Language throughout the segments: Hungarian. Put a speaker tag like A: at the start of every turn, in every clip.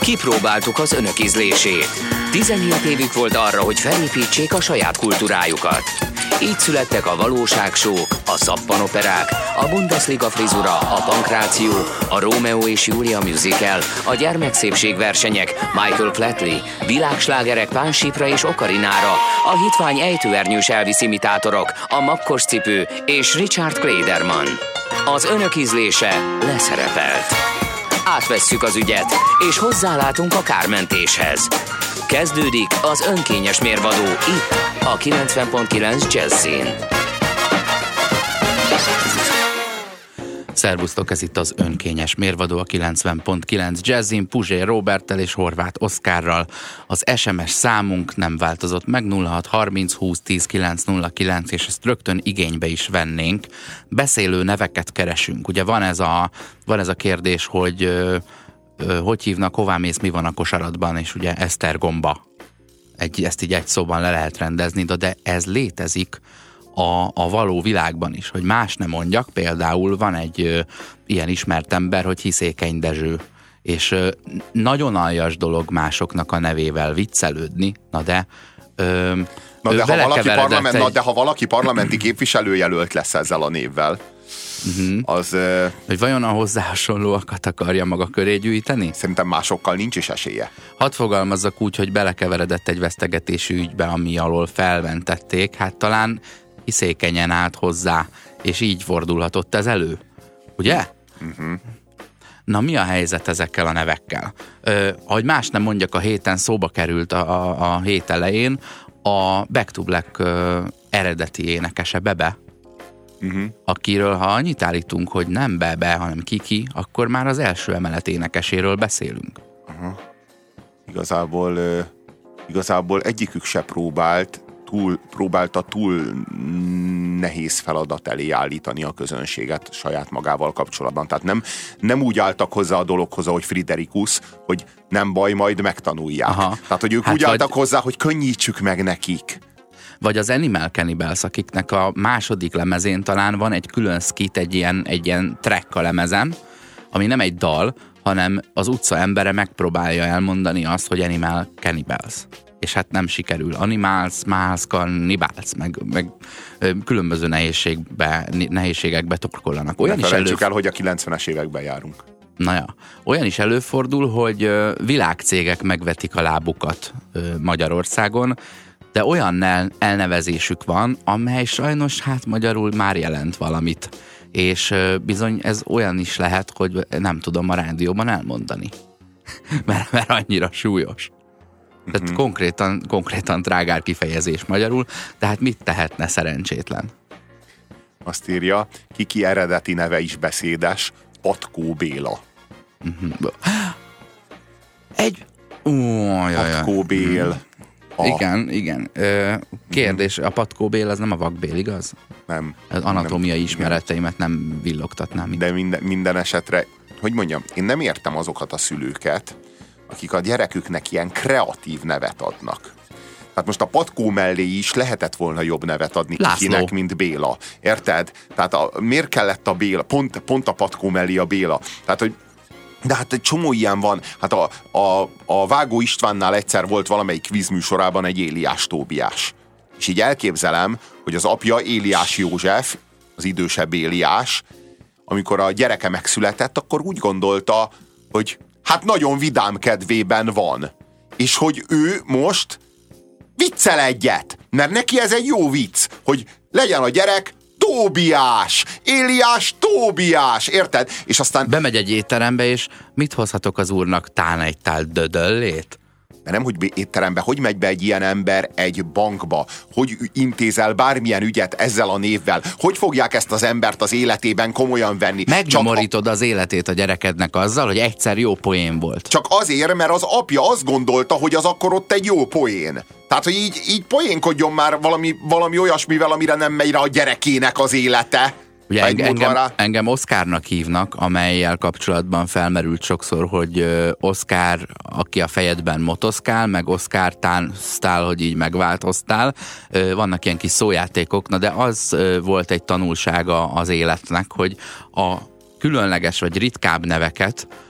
A: Kipróbáltuk az önök ízlését. 17 évük volt arra, hogy felépítsék a saját kultúrájukat. Így születtek a valóságsók, a szappanoperák, a Bundesliga frizura, a pankráció, a Rómeó és Júlia musical, a gyermekszépségversenyek, Michael Flatley, világslágerek Pánsipra és Okarinára, a hitvány ejtőernyős Elvis imitátorok, a makkos cipő és Richard Klederman. Az önök ízlése leszerepelt. Átvesszük az ügyet, és hozzálátunk a kármentéshez. Kezdődik az önkényes mérvadó itt, a 90.9 Jazzin.
B: Szervusztok, ez itt az önkényes mérvadó, a 90.9 Jazzin, Puzsér Róberttel és Horváth Oszkárral. Az SMS számunk nem változott meg, 0630 20 10 909, és ezt rögtön igénybe is vennénk. Beszélő neveket keresünk. Ugye van ez a kérdés, hogy hogy hívnak, hová mész, mi van a kosaratban, és ugye Esztergomba. Ezt így egy szóban le lehet rendezni, de ez létezik a való világban is, hogy más nem mondjak. Például van egy ilyen ismert ember, hogy Hiszékeny Dezső, és nagyon aljas dolog másoknak a nevével viccelődni, de
C: ha valaki parlamenti képviselőjelölt lesz ezzel a névvel, az...
B: Hogy vajon a hozzá hasonlóakat akarja maga köré gyűjteni?
C: Szerintem másokkal nincs is esélye.
B: Hadd fogalmazzak úgy, hogy belekeveredett egy vesztegetési ügybe, ami alól felmentették, hát talán hiszékenyen állt hozzá, és így fordulhatott ez elő. Ugye? Na, mi a helyzet ezekkel a nevekkel? Ahogy más nem mondjak, a héten szóba került a hét elején a Back to Black eredeti énekese, Bebe, akiről, ha annyit állítunk, hogy nem Bebe, hanem Kiki, akkor már az első emelet énekeséről beszélünk.
C: Igazából egyikük se próbálta túl nehéz feladat elé állítani a közönséget saját magával kapcsolatban. Tehát nem úgy álltak hozzá a dologhoz, ahogy Friderikus, hogy nem baj, majd megtanulják. Aha. Tehát, hogy ők úgy álltak hozzá, hogy könnyítsük meg nekik.
B: Vagy az Animal Cannibals, akiknek a második lemezén talán van egy külön skit, egy ilyen track a lemezen, ami nem egy dal, hanem az utca embere megpróbálja elmondani azt, hogy Animal Cannibals. És hát nem sikerül. Animals, Cannibals, meg különböző nehézségekbe torkollanak.
C: Olyan is felejtsük el, hogy a 90-es években járunk.
B: Na ja, olyan is előfordul, hogy világcégek megvetik a lábukat Magyarországon, de olyan elnevezésük van, amely sajnos hát magyarul már jelent valamit. És bizony ez olyan is lehet, hogy nem tudom a rádióban elmondani. mert annyira súlyos. Tehát konkrétan trágár kifejezés magyarul, tehát mit tehetne szerencsétlen?
C: Azt írja, Kiki eredeti neve is beszédes, Patkó Béla. Patkó Bél.
B: Igen. Kérdés, a Patkó Bél az nem a vakbél, igaz?
C: Nem.
B: Az anatómiai ismereteimet nem villogtatnám.
C: De minden esetre, hogy mondjam, én nem értem azokat a szülőket, akik a gyereküknek ilyen kreatív nevet adnak. Tehát most a Patkó mellé is lehetett volna jobb nevet adni Kikinek, mint Béla. Érted? Tehát miért kellett a Béla? Pont a Patkó mellé a Béla. Tehát, hogy de hát egy csomó ilyen van. Hát a Vágó Istvánnál egyszer volt valamelyik kvízműsorában egy Éliás Tóbiás. És így elképzelem, hogy az apja Éliás József, az idősebb Éliás, amikor a gyereke megszületett, akkor úgy gondolta, hogy hát nagyon vidám kedvében van. És hogy ő most viccel egyet. Mert neki ez egy jó vicc, hogy legyen a gyerek Tóbiás, Éliás Tóbiás, érted? És aztán...
B: Bemegy egy étterembe, és mit hozhatok az úrnak? Tán egy tál dödöllét?
C: De nem, hogy étterembe, hogy megy be egy ilyen ember egy bankba? Hogy intézel bármilyen ügyet ezzel a névvel? Hogy fogják ezt az embert az életében komolyan venni?
B: Megnyomorítod az életét a gyerekednek azzal, hogy egyszer jó poén volt.
C: Csak azért, mert az apja azt gondolta, hogy az akkor ott egy jó poén. Tehát, hogy így poénkodjon már valami olyasmivel, amire nem megy rá a gyerekének az élete.
B: Ugye engem Oszkárnak hívnak, amellyel kapcsolatban felmerült sokszor, hogy Oszkár, aki a fejedben motoszkál, meg Oszkár tánztál, hogy így megváltoztál. Vannak ilyen kis szójátékok, de az volt egy tanulsága az életnek, hogy a különleges vagy ritkább neveket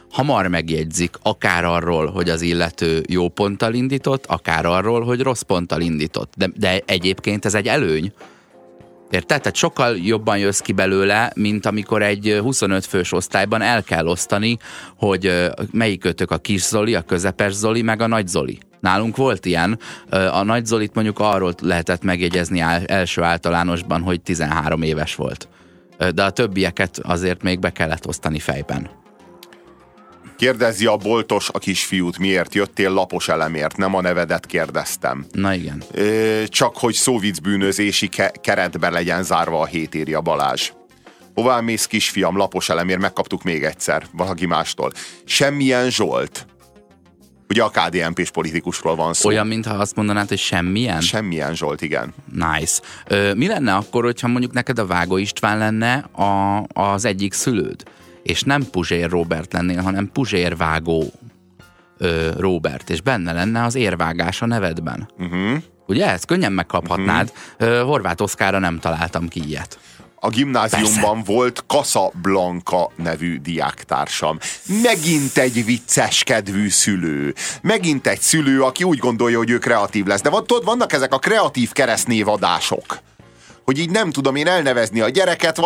B: hamar megjegyzik, akár arról, hogy az illető jó ponttal indított, akár arról, hogy rossz ponttal indított. De egyébként ez egy előny. Érted? Tehát sokkal jobban jössz ki belőle, mint amikor egy 25 fős osztályban el kell osztani, hogy melyikötök a kis Zoli, a közepes Zoli, meg a nagy Zoli. Nálunk volt ilyen. A nagy Zolit mondjuk arról lehetett megjegyezni első általánosban, hogy 13 éves volt. De a többieket azért még be kellett osztani fejben.
C: Kérdezi a boltos a kisfiút, miért jöttél lapos elemért, nem a nevedet kérdeztem.
B: Na igen.
C: Csak hogy szóviccbűnözési keretben legyen zárva a hét, írja Balázs. Hová mész, kisfiam, lapos elemért, megkaptuk még egyszer, valaki mástól. Semmilyen Zsolt. Ugye a KDNP-s politikusról van szó.
B: Olyan, mintha azt mondanád, hogy semmilyen?
C: Semmilyen Zsolt, igen.
B: Nice. Mi lenne akkor, hogyha mondjuk neked a Vágó István lenne az egyik szülőd? És nem Puzsér Róbert lennél, hanem Puzsér Vágó Róbert, és benne lenne az érvágás a nevedben. Ugye? Ezt könnyen megkaphatnád. Horváth Oszkárra nem találtam ki ilyet.
C: A gimnáziumban volt Casablanca nevű diáktársam. Megint egy vicces kedvű szülő. Megint egy szülő, aki úgy gondolja, hogy ő kreatív lesz. De tudod, vannak ezek a kreatív keresztnévadások. Hogy így nem tudom én elnevezni a gyereket,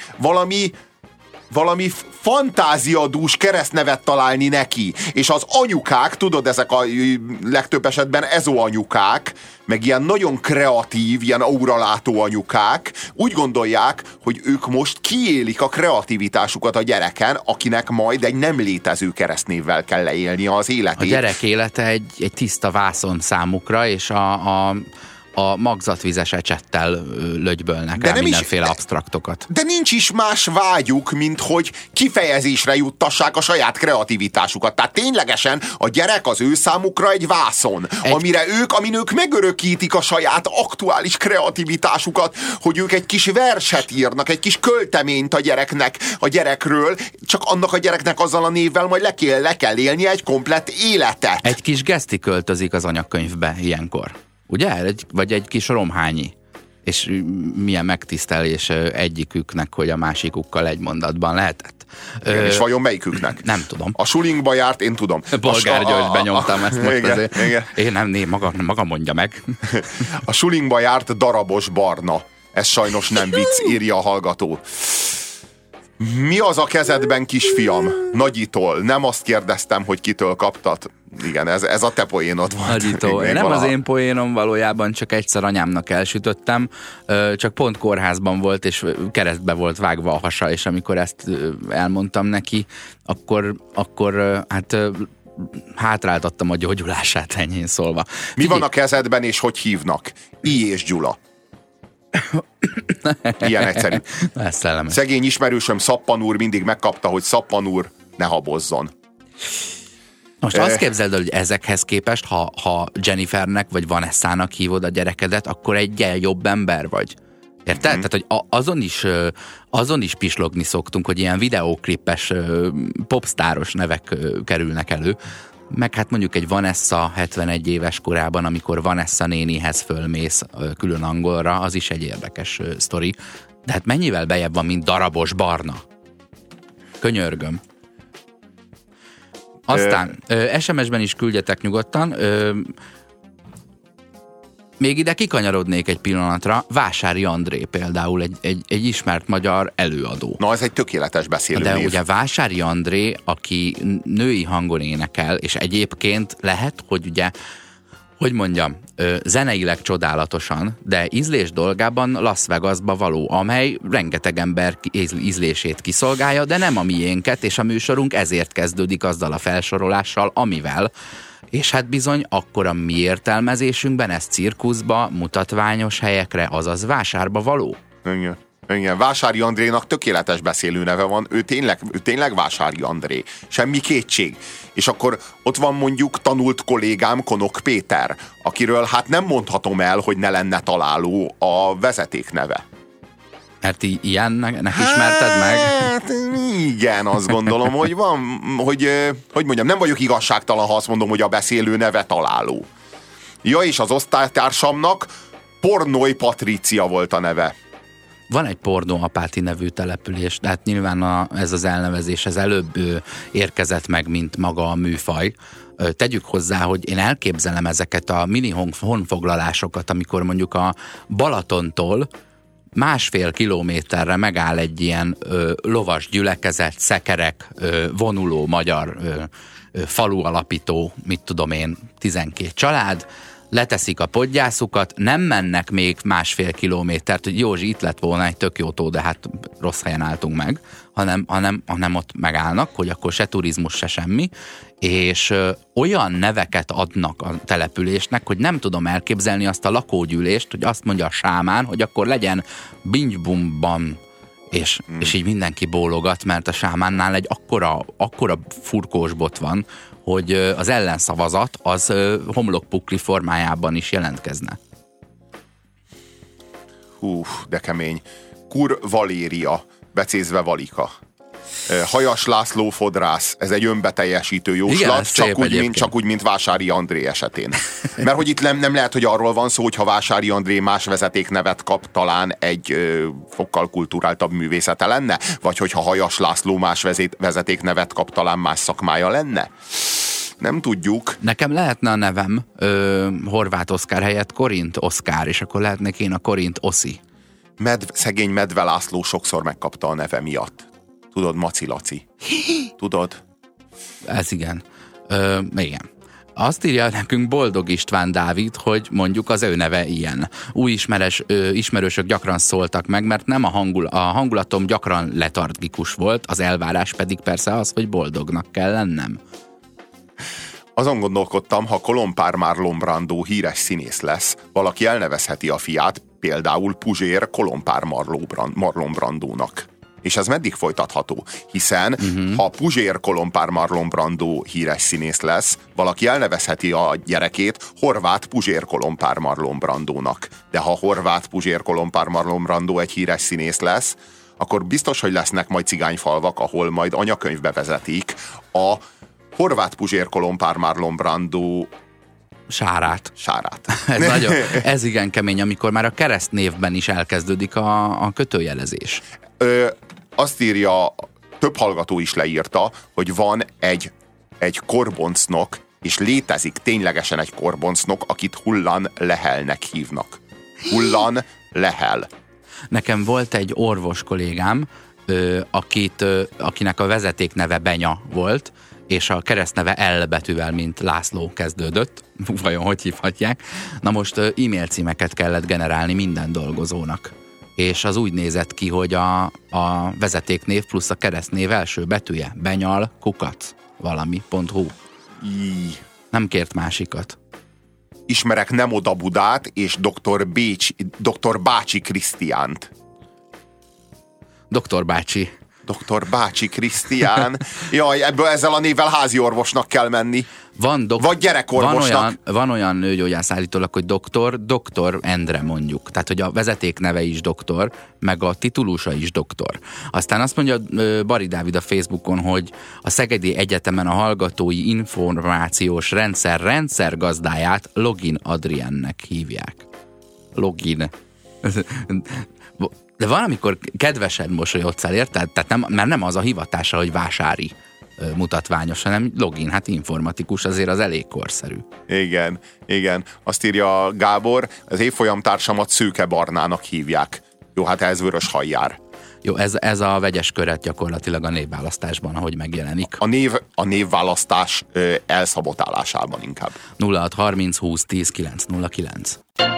C: valami fantáziadús keresztnevet találni neki. És az anyukák, tudod, ezek a legtöbb esetben ezoanyukák, meg ilyen nagyon kreatív, ilyen auralátó anyukák úgy gondolják, hogy ők most kiélik a kreativitásukat a gyereken, akinek majd egy nem létező keresztnévvel kell leélnie az életét.
B: A gyerek élete egy tiszta vászon számukra, és a magzatvizes ecsettel lögybölnek el mindenféle absztraktokat.
C: De nincs is más vágyuk, mint hogy kifejezésre juttassák a saját kreativitásukat. Tehát ténylegesen a gyerek az ő számukra egy vászon, amin ők megörökítik a saját aktuális kreativitásukat, hogy ők egy kis verset írnak, egy kis költeményt a gyerekről, csak annak a gyereknek azzal a névvel majd le kell élnie egy komplett életet.
B: Egy kis geszti költözik az anyagkönyvbe ilyenkor. Ugye? Vagy egy kis romhányi. És milyen megtisztelés egyiküknek, hogy a másikukkal egy mondatban lehetett.
C: Igen, és vajon melyiküknek?
B: Nem tudom.
C: A sulinkba járt, én tudom.
B: Bolgár György benyomtam ezt most
C: igen,
B: azért.
C: Igen.
B: Én maga mondja meg.
C: A sulinkba járt Darabos Barna. Ez sajnos nem vicc, írja a hallgató. Mi az a kezedben, kisfiam? Nagyitól. Nem azt kérdeztem, hogy kitől kaptad. Igen, ez a te poénod volt.
B: Nagyitól. Nem valaha. Az én poénom, valójában csak egyszer anyámnak elsütöttem, csak pont kórházban volt, és keresztbe volt vágva a hasa, és amikor ezt elmondtam neki, akkor hát hátráltattam a gyógyulását, enyhén szólva.
C: Mi van a kezedben, és hogy hívnak? I. és Gyula. Ilyen egyszerű.
B: Ez szellemes.
C: Szegény ismerősöm Szappan úr mindig megkapta, hogy Szappan úr ne habozzon.
B: Most azt képzeld el, hogy ezekhez képest, ha Jennifernek vagy Vanessa-nak hívod a gyerekedet, akkor egy jobb ember vagy. Érted? Tehát, hogy azon is pislogni szoktunk, hogy ilyen videóklipes, popstáros nevek kerülnek elő. Meg hát mondjuk egy Vanessa 71 éves korában, amikor Vanessa nénihez fölmész külön angolra, az is egy érdekes sztori. De hát mennyivel bejebb van, mint Darabos Barna? Könyörgöm. Aztán SMS-ben is küldjetek nyugodtan. Még ide kikanyarodnék egy pillanatra. Vásári André például egy ismert magyar előadó.
C: Na, ez egy tökéletes beszélőnév.
B: De ugye Vásári André, aki női hangon énekel, és egyébként lehet, hogy ugye, hogy mondjam, zeneileg csodálatosan, de ízlés dolgában Las Vegasba való, amely rengeteg ember ízlését kiszolgálja, de nem a miénket, és a műsorunk ezért kezdődik azzal a felsorolással, amivel. És hát bizony, akkor a mi értelmezésünkben ez cirkuszba, mutatványos helyekre, azaz vásárba való.
C: Igen. Vásári Andrénak tökéletes beszélőneve van, ő tényleg Vásári André. Semmi kétség. És akkor ott van mondjuk tanult kollégám Konok Péter, akiről hát nem mondhatom el, hogy ne lenne találó a vezetékneve.
B: Mert ilyennek ismerted meg?
C: Hát igen, azt gondolom, hogy van, hogy mondjam, nem vagyok igazságtalan, ha azt mondom, hogy a beszélő neve találó. Ja, és az osztálytársamnak Pornoy Patricia volt a neve.
B: Van egy Pordóapáti nevű település, de hát nyilván ez az elnevezés ez előbb érkezett meg, mint maga a műfaj. Tegyük hozzá, hogy én elképzelem ezeket a mini honfoglalásokat, amikor mondjuk a Balatontól 1,5 kilométerre megáll egy ilyen lovas gyülekezet, szekerek, vonuló magyar falualapító, mit tudom én, 12 család, leteszik a podgyászukat, nem mennek még 1,5 kilométert, hogy Józsi, itt lett volna egy tök jó tó, de hát rossz helyen álltunk meg, hanem ott megállnak, hogy akkor se turizmus, se semmi, és olyan neveket adnak a településnek, hogy nem tudom elképzelni azt a lakógyűlést, hogy azt mondja a sámán, hogy akkor legyen bingy-bum-bam, és így mindenki bólogat, mert a sámánnál egy akkora furkós bot van, hogy az ellenszavazat az homlokpukli formájában is jelentkezne.
C: Hú, de kemény. Kur Valéria, becézve Valika. Hajas László fodrász, ez egy önbeteljesítő jóslat, csak úgy, mint Vásári André esetén. Mert hogy itt nem lehet, hogy arról van szó, hogy ha Vásári André más vezetéknevet kap, talán egy fokkal kulturáltabb művészete lenne? Vagy hogyha Hajas László más vezetéknevet kap, talán más szakmája lenne? Nem tudjuk.
B: Nekem lehetne a nevem Horváth Oszkár helyett Korint Oszkár, és akkor lehetnék én a Korint Oszi.
C: Szegény Medve László sokszor megkapta a neve miatt. Tudod, Maci Laci. Tudod?
B: Ez igen. Igen. Azt írja nekünk Boldog István Dávid, hogy mondjuk az ő neve ilyen. Új ismerősök gyakran szóltak meg, mert nem a hangulatom gyakran letargikus volt, az elvárás pedig persze az, hogy boldognak kell lennem.
C: Azon gondolkodtam, ha Kolompár Marlon Brando híres színész lesz, valaki elnevezheti a fiát például Puzsér Kolompár Marlon Brandónak. És ez meddig folytatható? Hiszen ha Puzsér Kolompár Marlon Brando híres színész lesz, valaki elnevezheti a gyerekét Horváth Puzsér Kolompár Marlon Brandónak. De ha Horváth Puzsér Kolompár Marlon Brando egy híres színész lesz, akkor biztos, hogy lesznek majd cigányfalvak, ahol majd anyakönyvbe vezetik a Horváth Puzsér Kolompár Marlon Brando
B: Sárát.
C: Ez
B: ez igen kemény, amikor már a keresztnévben is elkezdődik a kötőjelezés.
C: Azt írja, több hallgató is leírta, hogy van egy korboncnok, és létezik ténylegesen egy korboncnok, akit Hullan Lehelnek hívnak. Hullan Lehel.
B: Nekem volt egy orvos kollégám, akinek a vezetékneve Benya volt, és a keresztneve L betűvel, mint László kezdődött. Vajon hogy hívhatják? Na most e-mail címeket kellett generálni minden dolgozónak. És az úgy nézett ki, hogy a vezetéknév plusz a keresztnév első betűje Benyal Kukac valami.hu. Nem kért másikat.
C: Ismerek Nemoda Budát és Dr. Bácsi Krisztiánt.
B: Dr.
C: Dr. Bácsi Krisztián. Jaj, ezzel a névvel házi orvosnak kell menni. Vagy gyerekorvosnak.
B: Van olyan nőgyógyász állítólag, hogy doktor Endre mondjuk. Tehát, hogy a vezetékneve is doktor, meg a titulusa is doktor. Aztán azt mondja Bari Dávid a Facebookon, hogy a Szegedi Egyetemen a hallgatói információs rendszer gazdáját Login Adriennek hívják. Login. De valamikor kedvesen mosolyodszál, érted? Tehát mert nem az a hivatása, hogy vásári mutatványos, hanem Login, hát informatikus, azért az elég korszerű.
C: Igen. Azt írja Gábor, az évfolyam társamat Szőke Barnának hívják. Jó, hát ez vörös hajjár.
B: Jó, ez a vegyes köret gyakorlatilag a névválasztásban, ahogy megjelenik.
C: A névválasztás elszabotálásában inkább.
B: 0630 20 10 909.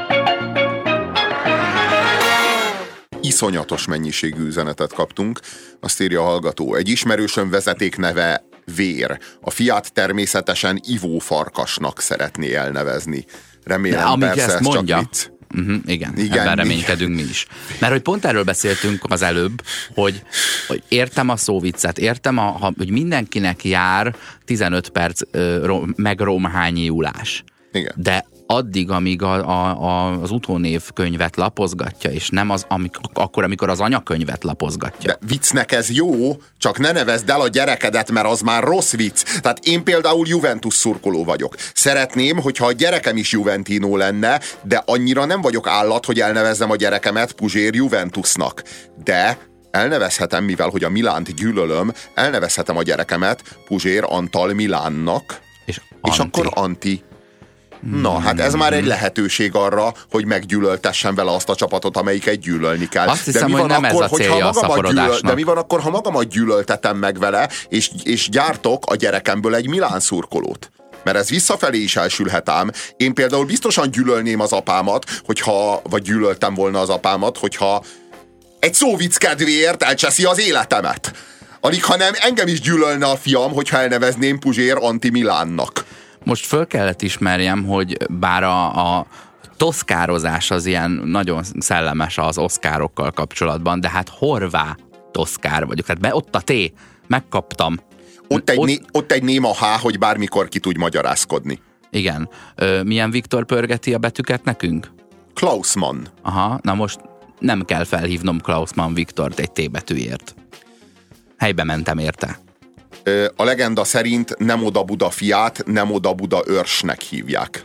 C: Iszonyatos mennyiségű üzenetet kaptunk. Azt írja a hallgató, egy ismerősöm vezetékneve Vér. A fiát természetesen Ivó Farkasnak szeretné elnevezni. Remélem persze ez mondja, csak vicc.
B: Igen, ebben reménykedünk mi is. Mert hogy pont erről beszéltünk az előbb, hogy értem a szóviccet, értem, hogy mindenkinek jár 15 perc megromhányiulás.
C: Igen.
B: De addig, amíg az utónév könyvet lapozgatja, és nem akkor, amikor az anyakönyvet lapozgatja.
C: De viccnek ez jó, csak ne nevezd el a gyerekedet, mert az már rossz vicc. Tehát én például Juventus szurkoló vagyok. Szeretném, hogyha a gyerekem is Juventino lenne, de annyira nem vagyok állat, hogy elnevezzem a gyerekemet Puzsér Juventusnak. De elnevezhetem, mivel hogy a Milánt gyűlölöm, elnevezhetem a gyerekemet Puzsér Antal Milánnak, és akkor Anti. Na, hát ez már egy lehetőség arra, hogy meggyűlöltessen vele azt a csapatot, amelyiket gyűlölni kell.
B: Azt hiszem, hogy nem akkor, ez a célja a szaporodásnak.
C: De mi van akkor, ha magamat gyűlöltetem meg vele, és gyártok a gyerekemből egy Milán szurkolót? Mert ez visszafelé is elsülhet ám. Én például biztosan gyűlölném az apámat, vagy gyűlöltem volna az apámat, hogyha egy szóvic kedvéért elcseszi az életemet. Alig, hanem engem is gyűlölne a fiam, hogyha elnevezném Puzsér Anti Milánnak.
B: Most föl kellett ismerjem, hogy bár a toszkározás az ilyen nagyon szellemes az oszkárokkal kapcsolatban, de hát horvá toszkár vagyok. Tehát ott a T, megkaptam.
C: Ott egy néma H, hogy bármikor ki tudj magyarázkodni.
B: Igen. Milyen Viktor pörgeti a betűket nekünk?
C: Klausmann.
B: Aha, na most nem kell felhívnom Klausmann Viktort egy T betűért. Helybe mentem érte.
C: A legenda szerint nem oda Buda fiát, nem oda Buda őrsnek hívják.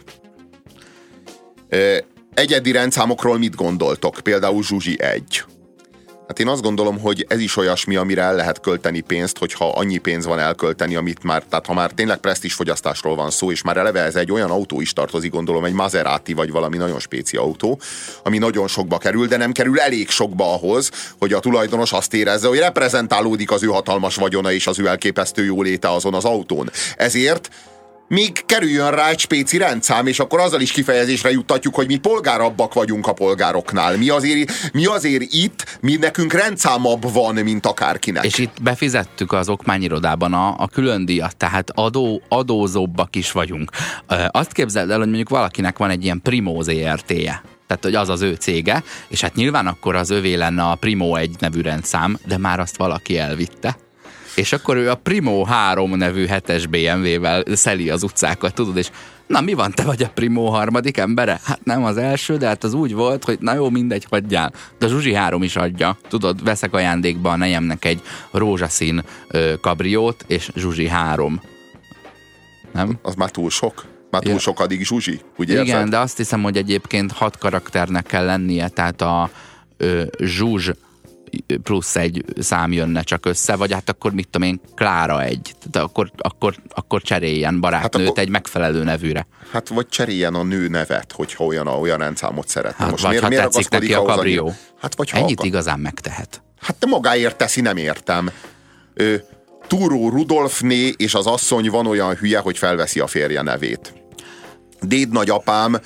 C: Egyedi rendszámokról mit gondoltok? Például Zsuzsi 1. Hát én azt gondolom, hogy ez is olyasmi, amire el lehet költeni pénzt, hogyha annyi pénz van elkölteni, amit már, tehát ha már tényleg presztízsfogyasztásról van szó, és már eleve ez egy olyan autó is tartozik, gondolom egy Maserati vagy valami nagyon spéci autó, ami nagyon sokba kerül, de nem kerül elég sokba ahhoz, hogy a tulajdonos azt érezze, hogy reprezentálódik az ő hatalmas vagyona és az ő elképesztő jóléte azon az autón. Ezért még kerüljön rá egy spéci rendszám, és akkor azzal is kifejezésre juttatjuk, hogy mi polgárabbak vagyunk a polgároknál. Mi azért itt, mi nekünk rendszámabb van, mint akárkinek.
B: És itt befizettük az okmányirodában a különdíjat, tehát adózóbbak is vagyunk. Azt képzeld el, hogy mondjuk valakinek van egy ilyen Primo ZRT-je. Tehát, hogy az az ő cége, és hát nyilván akkor az övé lenne a Primo 1 nevű rendszám, de már azt valaki elvitte. És akkor ő a Primo 3 nevű 7-es BMW-vel szeli az utcákat, tudod, és na mi van, te vagy a Primo harmadik embere? Hát nem az első, de hát az úgy volt, hogy na jó, mindegy, hagyjál. De a Zsuzsi 3 is adja. Tudod, veszek ajándékba a nejemnek egy rózsaszín kabriót, és Zsuzsi 3. Nem?
C: Az már túl sok. Már túl sokadik Zsuzsi, úgy érzed?
B: Igen, de azt hiszem, hogy egyébként 6 karakternek kell lennie, tehát a Zsuzs plusz egy szám jönne csak össze, vagy hát akkor mit tudom én, Klára 1. Tehát akkor cseréljen barátnőt hát egy megfelelő nevűre.
C: Hát vagy cseréljen a nő nevet, hogyha olyan rendszámot szeretne.
B: Hát, most vagy miért tetszik neki a kabrió.
C: Hát vagy
B: ennyit igazán megtehet.
C: Hát te magáért teszi, nem értem. Túró Rudolfné és az asszony van olyan hülye, hogy felveszi a férje nevét. Déd nagyapám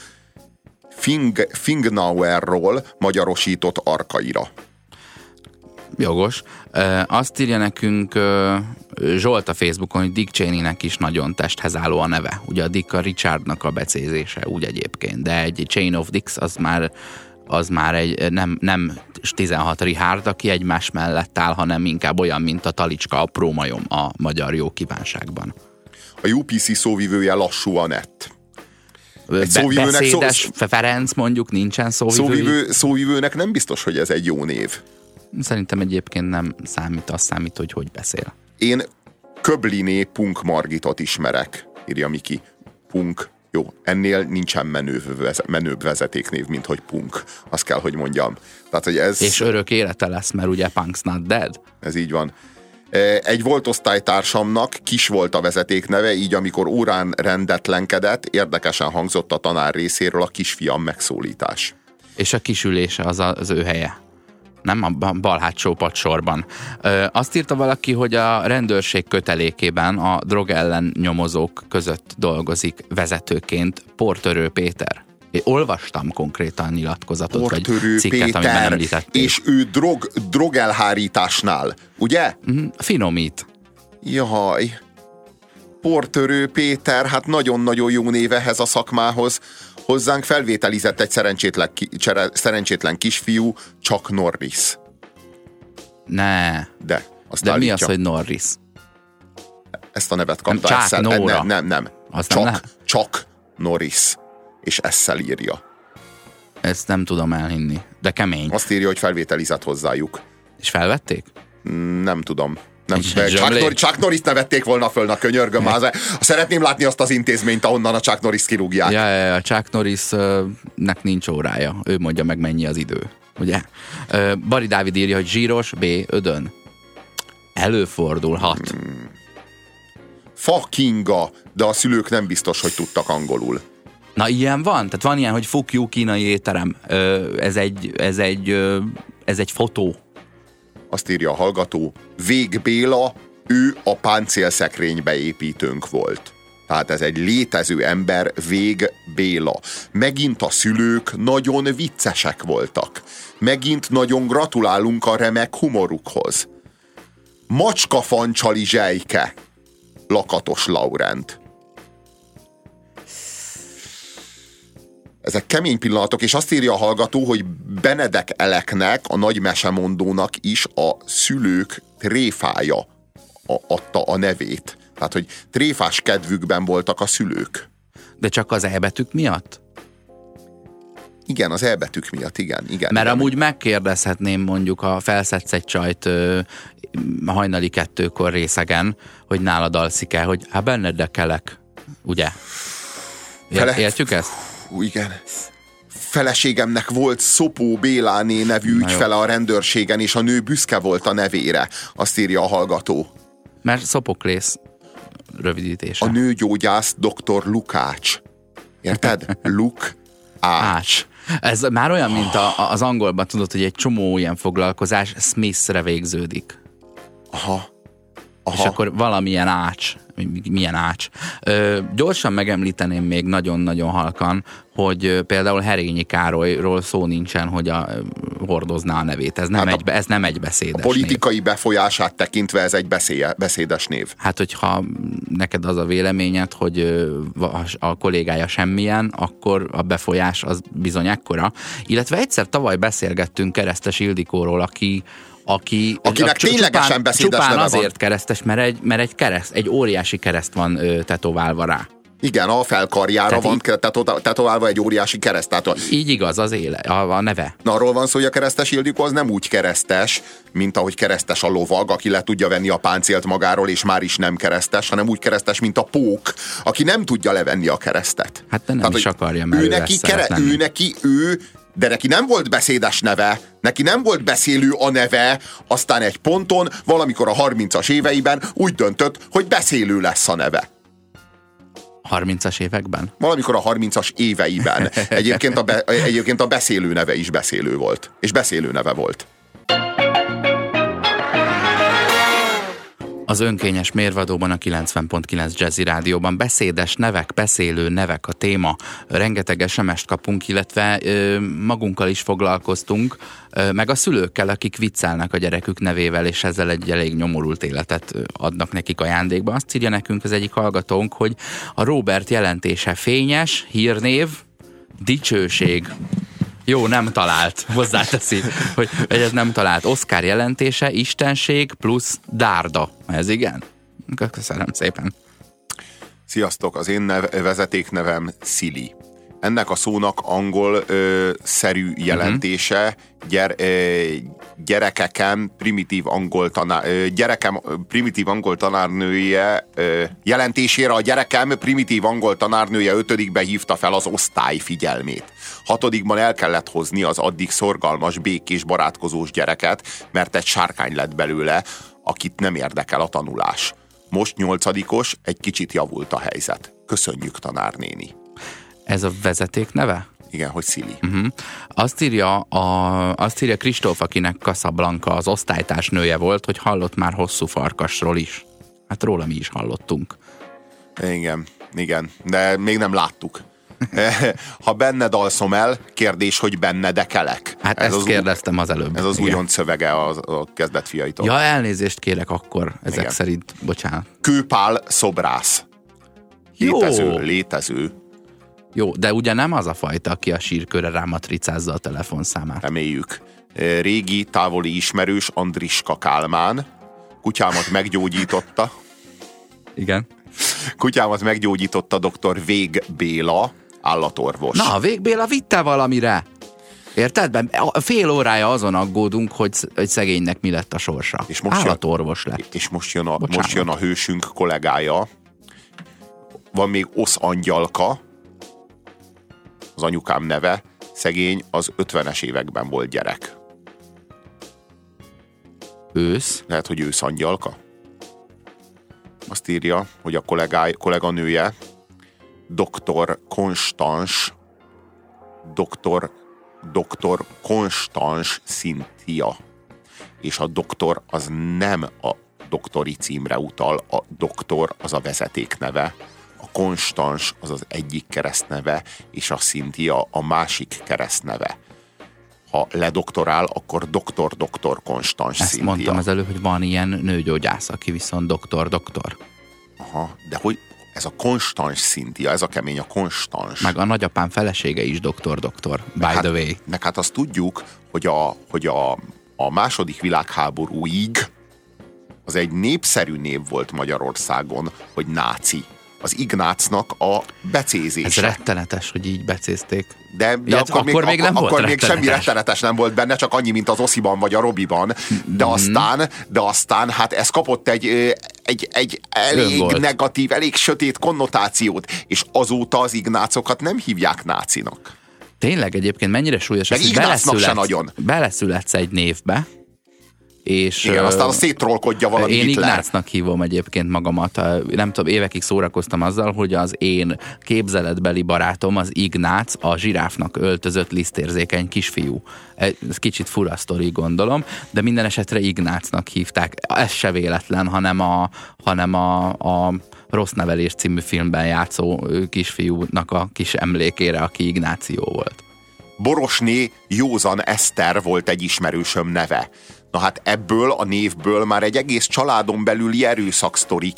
C: Fingnauerról magyarosított Arkaira.
B: Jogos. Azt írja nekünk Zsolt a Facebookon, hogy Dick Cheneynek is nagyon testhez álló a neve. Ugye a Dick a Richardnak a becézése, úgy egyébként. De egy Chain of Dicks az már egy nem 16 Richard, aki egymás mellett áll, hanem inkább olyan, mint a Talicska, a prómajom a magyar jó kívánságban.
C: A UPC szóvivője Lassú Anett.
B: Beszédes Ferenc mondjuk, nincsen szóvivő.
C: Szóvivőnek nem biztos, hogy ez egy jó név.
B: Szerintem egyébként nem számít, az számít, hogy beszél.
C: Én Köbliné Punk Margitot ismerek, írja Miki. Punk. Jó, ennél nincsen menőbb vezetéknév, mint hogy Punk. Azt kell, hogy mondjam. Tehát, hogy ez...
B: És örök élete lesz, mert ugye Punk's Not Dead.
C: Ez így van. Egy volt osztálytársamnak Kis volt a vezetékneve, így amikor órán rendetlenkedett, érdekesen hangzott a tanár részéről a kisfiam megszólítás.
B: És a kisülése az ő helye. Nem a bal hátsó padsorban. Azt írta valaki, hogy a rendőrség kötelékében a drog ellen nyomozók között dolgozik vezetőként Portörő Péter. Én olvastam konkrétan nyilatkozatot,
C: Portörő
B: vagy cikket,
C: Péter,
B: amiben említették.
C: És ő drogelhárításnál, ugye?
B: Finomít.
C: Jaj. Portörő Péter, hát nagyon-nagyon jó név ehhez a szakmához. Hozzánk felvételizett egy szerencsétlen kisfiú, Chuck Norris.
B: Ne.
C: De
B: állítja. Mi az, hogy Norris?
C: Ezt a nevet kapta.
B: Nem.
C: Chuck Norris. és esszel írja.
B: Ezt nem tudom elhinni, de kemény.
C: Azt írja, hogy felvételizett hozzájuk.
B: És felvették?
C: Nem tudom. Nem,
B: Chuck
C: Norris ne vették volna föl, na könyörgöm. Szeretném látni azt az intézményt, ahonnan a Chuck Norris kirúgják.
B: Ja, a Chuck Norrisnek nincs órája. Ő mondja meg, mennyi az idő. Ugye? Bari Dávid írja, hogy zsíros, B. ödön. Előfordulhat.
C: Fuckinga, de a szülők nem biztos, hogy tudtak angolul.
B: Na, ilyen van? Tehát van ilyen, hogy fuck you, kínai étterem. Ez egy fotó.
C: Azt írja a hallgató, Vég Béla, ő a páncélszekrénybe építőnk volt. Tehát ez egy létező ember, Vég Béla. Megint a szülők nagyon viccesek voltak. Megint nagyon gratulálunk a remek humorukhoz. Macskafancsali zsejke, Lakatos Laurent. Ezek kemény pillanatok, és azt írja a hallgató, hogy Benedek Eleknek, a nagy mesemondónak is a szülők tréfája adta a nevét. Tehát, hogy tréfás kedvükben voltak a szülők.
B: De csak az elbetűk miatt?
C: Igen, az elbetűk miatt, igen.
B: Mert
C: igen.
B: amúgy megkérdezhetném, mondjuk, ha felszedsz egy csajt hajnali 2-kor részegen, hogy nálad alszik-e, hogy hát Benedek Elek, ugye? Értjük ezt?
C: Igen. Feleségemnek volt Szopó Béláné nevű ügyfele a rendőrségen, és a nő büszke volt a nevére. Azt írja a hallgató.
B: Mert Szopoklész rövidítése.
C: A nőgyógyász dr. Lukács. Érted? Lukács.
B: Ez már olyan, mint az angolban tudod, hogy egy csomó ilyen foglalkozás Smithre végződik.
C: Aha.
B: És akkor valamilyen ács. Milyen ács. Gyorsan megemlíteném még nagyon-nagyon halkan, hogy például Herényi Károlyról szó nincsen, hogy hordozná a nevét. Ez nem egy beszédes
C: a politikai
B: név.
C: befolyását tekintve ez egy beszédes név.
B: Hát, hogyha neked az a véleményed, hogy a kollégája semmilyen, akkor a befolyás az bizony ekkora. Illetve egyszer tavaly beszélgettünk Keresztes Ildikóról, akinek
C: ténylegesen beszédes
B: csupán
C: neve
B: azért
C: van.
B: Keresztes, mert egy kereszt, egy óriási kereszt van tetoválva rá.
C: Igen, a felkarjára van tetoválva egy óriási kereszt. Tehát
B: így igaz, az a neve.
C: Na, arról van szó, hogy a Keresztes Ildikó az nem úgy keresztes, mint ahogy keresztes a lovag, aki le tudja venni a páncélt magáról, és már is nem keresztes, hanem úgy keresztes, mint a pók, aki nem tudja levenni a keresztet.
B: Hát de nem
C: tehát,
B: is akarja, mert
C: de neki nem volt beszédes neve, neki nem volt beszélő a neve, aztán egy ponton, valamikor a 30-as éveiben úgy döntött, hogy beszélő lesz a neve.
B: 30-as években?
C: Valamikor a 30-as éveiben. Egyébként a beszélő neve is beszélő volt. És beszélő neve volt.
B: Az önkényes mérvadóban, a 90.9 Jazzy Rádióban beszédes nevek, beszélő nevek a téma. Rengeteg SMS-t kapunk, illetve magunkkal is foglalkoztunk, meg a szülőkkel, akik viccelnek a gyerekük nevével, és ezzel egy elég nyomorult életet adnak nekik ajándékba. Azt írja nekünk az egyik hallgatónk, hogy a Róbert jelentése fényes, hírnév, dicsőség. Jó, nem talált. Hozzáteszi, hogy ez nem talált. Oszkár jelentése, istenség plusz dárda. Ez igen? Köszönöm szépen.
C: Sziasztok, az én vezetéknevem Szili. Ennek a szónak angol-szerű jelentése gyerekem primitív angol tanárnője jelentésére a gyerekem primitív angol tanárnője 5-be hívta fel az osztály figyelmét. 6-ban el kellett hozni az addig szorgalmas, békés, barátkozós gyereket, mert egy sárkány lett belőle, akit nem érdekel a tanulás. Most 8-os, egy kicsit javult a helyzet. Köszönjük, tanárnéni.
B: Ez a vezeték neve?
C: Igen, hogy Szili.
B: Azt írja Kristóf, akinek Casablanca az osztálytársnője volt, hogy hallott már Hosszú Farkasról is. Hát róla mi is hallottunk. Igen, de még nem láttuk. Ha benned alszom el, kérdés, hogy bennedek elek. Hát ezt kérdeztem az előbb.
C: Ez az újonc szövege a kezdet fiaitól.
B: Ja, elnézést kérek akkor, ezek szerint, bocsánat.
C: Kőpál szobrász. Létező.
B: Jó, de ugye nem az a fajta, aki a sírkőre rámatricázza a telefonszámát.
C: Reméljük. Régi, távoli ismerős Andriska Kálmán. Kutyámat meggyógyította.
B: Igen.
C: Kutyámat meggyógyította dr. Vég Béla. állatorvos.
B: Na, Végbéla vitte valamire. Érted? Fél órája azon aggódunk, hogy szegénynek mi lett a sorsa. És most állatorvos lett.
C: És most jön a hősünk kollégája. Van még Osz Angyalka, az anyukám neve. Szegény, az 50-es években volt gyerek.
B: Ősz?
C: Lehet, hogy Ősz Angyalka. Azt írja, hogy a kolléganője Dr. Konstans Cynthia. És a doktor az nem a doktori címre utal, a doktor az a vezetékneve, a Konstans az az egyik keresztneve, és a Cynthia a másik keresztneve. Ha ledoktorál, akkor doktor Konstans Cynthia.
B: Ezt mondtam az előbb, hogy van ilyen nőgyógyász, aki viszont doktor.
C: Aha, de hogy ez a Konstans Cynthia, ez a kemény, a Konstans.
B: Meg a nagyapám felesége is doktor, by the way.
C: Meg hát azt tudjuk, hogy a második világháborúig az egy népszerű név volt Magyarországon, hogy náci. Az Ignácnak a becézése.
B: Ez rettenetes, hogy így becézték.
C: De akkor még nem volt rettenetes. Semmi rettenetes nem volt benne, csak annyi, mint az Osziban vagy a Robiban. De aztán hát ez kapott egy elég negatív, elég sötét konnotációt, és azóta az ignácokat nem hívják nácinak.
B: Tényleg egyébként mennyire súlyos, hogy beleszületsz egy névbe, és
C: igen, aztán a széttrollkodja valami
B: Én
C: Hitler.
B: Ignácnak hívom egyébként magamat. Nem tudom, évekig szórakoztam azzal, hogy az én képzeletbeli barátom, az Ignác, a zsiráfnak öltözött lisztérzékeny kisfiú. Ez kicsit fura sztori, gondolom, de minden esetre Ignácnak hívták. Ez se véletlen, hanem a Rossz nevelés című filmben játszó kisfiúnak a kis emlékére, aki Ignáció volt.
C: Borosné Józan Eszter volt egy ismerősöm neve. Na hát ebből a névből már egy egész családon belüli erőszaksztori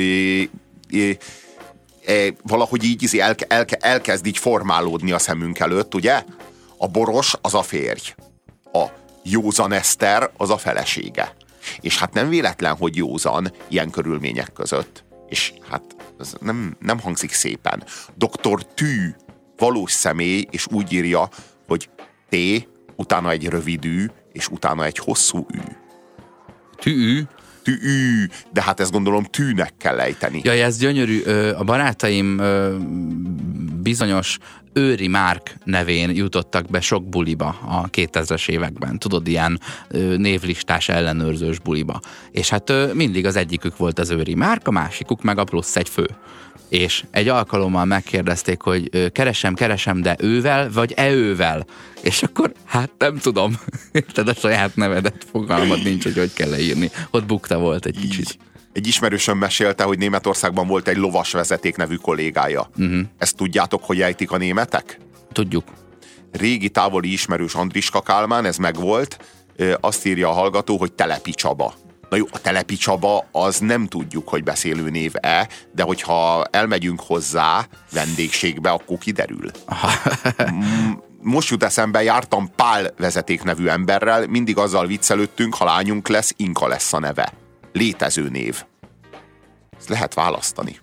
C: valahogy így elkezd így formálódni a szemünk előtt, ugye? A Boros az a férj. A Józan Eszter az a felesége. És hát nem véletlen, hogy Józan ilyen körülmények között. És hát ez nem hangzik szépen. Dr. Tű valós személy, és úgy írja, hogy T, utána egy rövid ű, és utána egy hosszú ű.
B: Tű?
C: Tű, de hát ezt gondolom tűnek kell ejteni.
B: Jaj, ez gyönyörű. A barátaim bizonyos Őri Márk nevén jutottak be sok buliba a 2000-es években. Tudod, ilyen névlistás ellenőrzős buliba. És hát mindig az egyikük volt az Őri Márk, a másikuk meg a plusz egy fő. És egy alkalommal megkérdezték, hogy keresem, de ővel, vagy ővel? És akkor, hát nem tudom. Érted, a saját nevedet, fogalmad nincs, hogy kell leírni. Ott bukta volt egy kicsit.
C: Egy ismerősöm mesélte, hogy Németországban volt egy lovasvezeték nevű kollégája. Ezt tudjátok, hogy ejtik a németek?
B: Tudjuk.
C: Régi távoli ismerős Andriska Kálmán, ez megvolt. Azt írja a hallgató, hogy Telepi Csaba. Na jó, a Telepi Csaba az nem tudjuk, hogy beszélő név-e, de hogyha elmegyünk hozzá vendégségbe, akkor kiderül. Most jut eszembe, jártam Pál vezeték nevű emberrel, mindig azzal viccelődtünk, ha lányunk lesz, Inka lesz a neve. Létező név. Ezt lehet választani.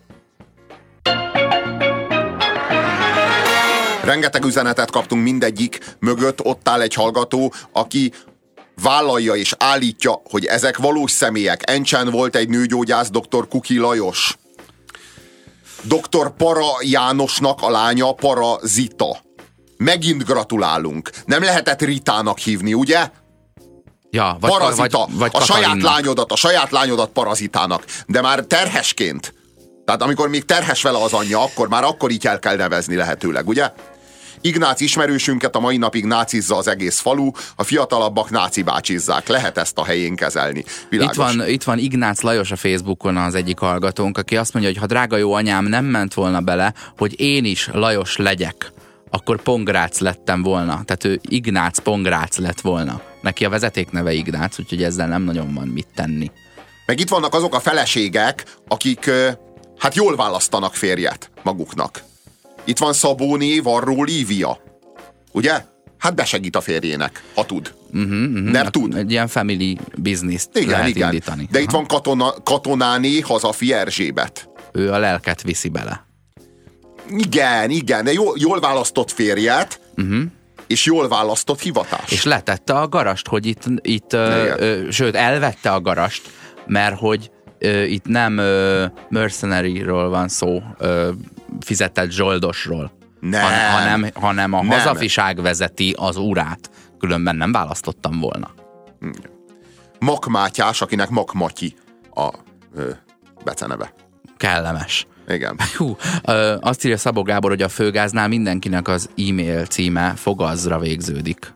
C: Rengeteg üzenetet kaptunk, mindegyik mögött ott áll egy hallgató, aki vállalja és állítja, hogy ezek valós személyek. Encsen volt egy nőgyógyász, dr. Kuki Lajos. Dr. Para Jánosnak a lánya Para Zita. Megint gratulálunk. Nem lehetett Ritának hívni, ugye?
B: Ja,
C: Parazita.
B: Vagy
C: a saját lányodat Parazitának. De már terhesként. Tehát amikor még terhes vele az anyja, akkor így el kell nevezni lehetőleg, ugye? Ignác ismerősünket a mai napig nácizza az egész falu, a fiatalabbak náci bácsizzák. Lehet ezt a helyén kezelni.
B: Itt van Ignác Lajos a Facebookon, az egyik hallgatónk, aki azt mondja, hogy ha drága jó anyám nem ment volna bele, hogy én is Lajos legyek, akkor Pongrác lettem volna. Tehát ő Ignác Pongrác lett volna. Neki a vezetékneve Ignác, úgyhogy ezzel nem nagyon van mit tenni.
C: Meg itt vannak azok a feleségek, akik hát jól választanak férjet maguknak. Itt van Szabóné Varró Lívia. Ugye? Hát besegít a férjének, ha tud. Nem tud.
B: Egy ilyen family business-t lehet indítani.
C: De itt van Katonáné Hazafi Erzsébet.
B: Ő a lelket viszi bele.
C: Igen, de jól választott férjet, és jól választott hivatást.
B: És letette a garast, hogy itt sőt, elvette a garast, mert hogy itt nem mercenary-ről van szó, fizetett zsoldosról, hanem a hazafiság vezeti az urát. Különben nem választottam volna.
C: Mak Mátyás, akinek Mak Matyi a beceneve.
B: Kellemes.
C: Igen.
B: Hú, azt írja Szabó Gábor, hogy a főgáznál mindenkinek az e-mail címe Fogazra végződik.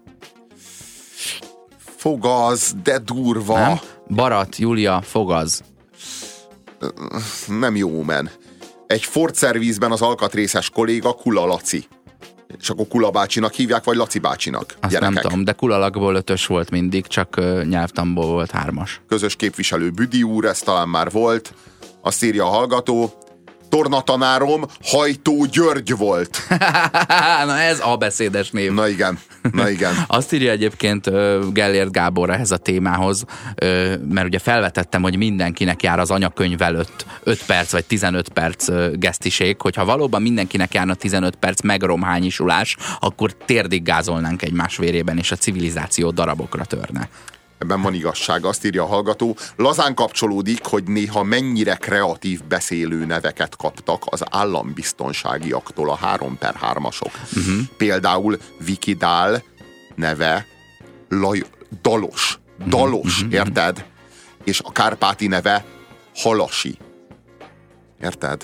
C: Fogaz, de durva.
B: Nem? Barat, Júlia, Fogaz.
C: Nem jó, men. Egy Ford Service-ben az alkatrészes kolléga Kula Laci. És akkor Kula bácsinak hívják, vagy Laci bácsinak?
B: Azt
C: gyerekek.
B: nem tudom, de Kulalakból 5-ös volt mindig, csak nyelvtanból volt 3-as.
C: Közös képviselő Büdi úr, ez talán már volt. Azt írja a hallgató, tornatanárom Hajtó György volt.
B: Na ez a beszédes név.
C: Na igen.
B: Azt írja egyébként Gellért Gábor ehhez a témához, mert ugye felvetettem, hogy mindenkinek jár az anyakönyv előtt 5 perc vagy 15 perc gesztiség, hogyha valóban mindenkinek járna 15 perc megromhányisulás, akkor térdig gázolnánk egymás vérében, és a civilizáció darabokra törne.
C: Ebben van igazság, azt írja a hallgató. Lazán kapcsolódik, hogy néha mennyire kreatív beszélő neveket kaptak az állambiztonságiaktól a 3x3-asok. Például Vikidál neve Dalos. Dalos, érted? És a Kárpáti neve Halasi. Érted?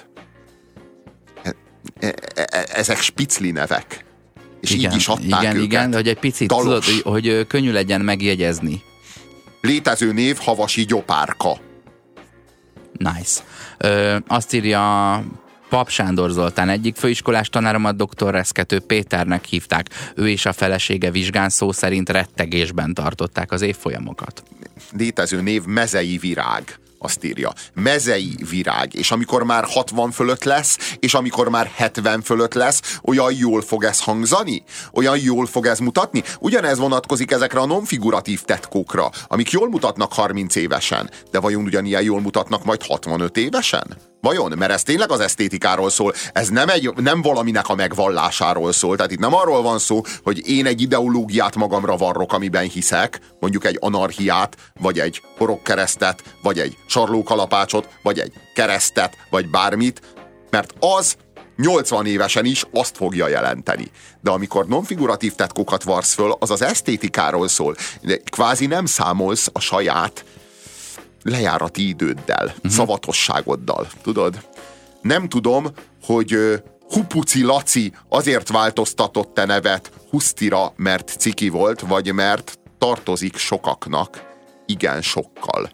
C: Ezek spicli nevek. És
B: igen,
C: így is adták őket.
B: Igen, hogy egy picit tudod, hogy könnyű legyen megjegyezni.
C: Létező név Havasi Gyopárka.
B: Nice. Azt írja Pap Sándor Zoltán, egyik főiskolás tanáromat dr. Reszkető Péternek hívták. Ő és a felesége vizsgán szó szerint rettegésben tartották az évfolyamokat.
C: Létező név Mezei Virág. Azt írja. Mezei virág. És amikor már 60 fölött lesz, és amikor már 70 fölött lesz, olyan jól fog ez hangzani? Olyan jól fog ez mutatni? Ugyanez vonatkozik ezekre a non-figuratív tetkókra, amik jól mutatnak 30 évesen, de vajon ugyanilyen jól mutatnak majd 65 évesen? Vajon? Mert ez tényleg az esztétikáról szól. Ez nem valaminek a megvallásáról szól. Tehát itt nem arról van szó, hogy én egy ideológiát magamra varrok, amiben hiszek, mondjuk egy anarchiát, vagy egy horogkeresztet, vagy egy sarlókalapácsot, vagy egy keresztet, vagy bármit, mert az 80 évesen is azt fogja jelenteni. De amikor non-figuratív tetkókat varsz föl, az az esztétikáról szól. Kvázi nem számolsz a saját lejárati időddel, szavatosságoddal, tudod? Nem tudom, hogy Hupuci Laci azért változtatott te nevet Husztira, mert ciki volt, vagy mert tartozik sokaknak, igen sokkal.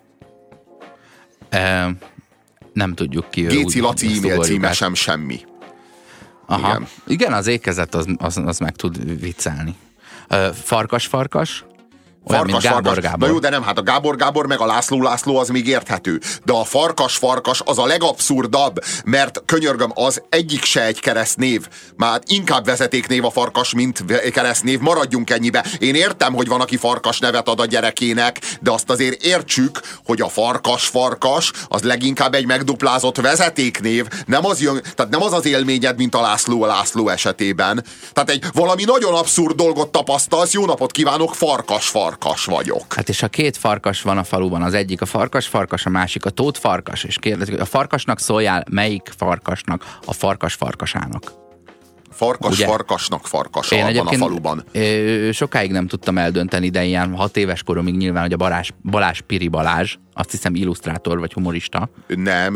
B: Nem tudjuk ki.
C: Géci Laci e-mail címe sem semmi.
B: Aha. Igen, az ékezet az meg tud viccelni. Farkas. Olyan, mint Gábor.
C: Na jó, de nem, hát a Gábor meg a László az még érthető. De a Farkas az a legabszurdabb, mert könyörgöm, az egyik se egy keresztnév. Már inkább vezetéknév a Farkas, mint keresztnév, maradjunk ennyibe. Én értem, hogy van, aki Farkas nevet ad a gyerekének, de azt azért értsük, hogy a Farkas az leginkább egy megduplázott vezetéknév, nem az jön, tehát nem az az élményed, mint a László esetében. Tehát egy valami nagyon abszurd dolgot tapasztalsz, jó napot kívánok, Farkas vagyok.
B: Hát és a 2 farkas van a faluban, az egyik a farkas, a másik a Tóth Farkas, és kérdezik, hogy a farkasnak szóljál, melyik farkasnak? A farkasának.
C: Farkasnak farkasa van a faluban.
B: Sokáig nem tudtam eldönteni, de ilyen 6 éves koromig nyilván, hogy a Balázs Piri Balázs, azt hiszem illusztrátor vagy humorista.
C: Nem,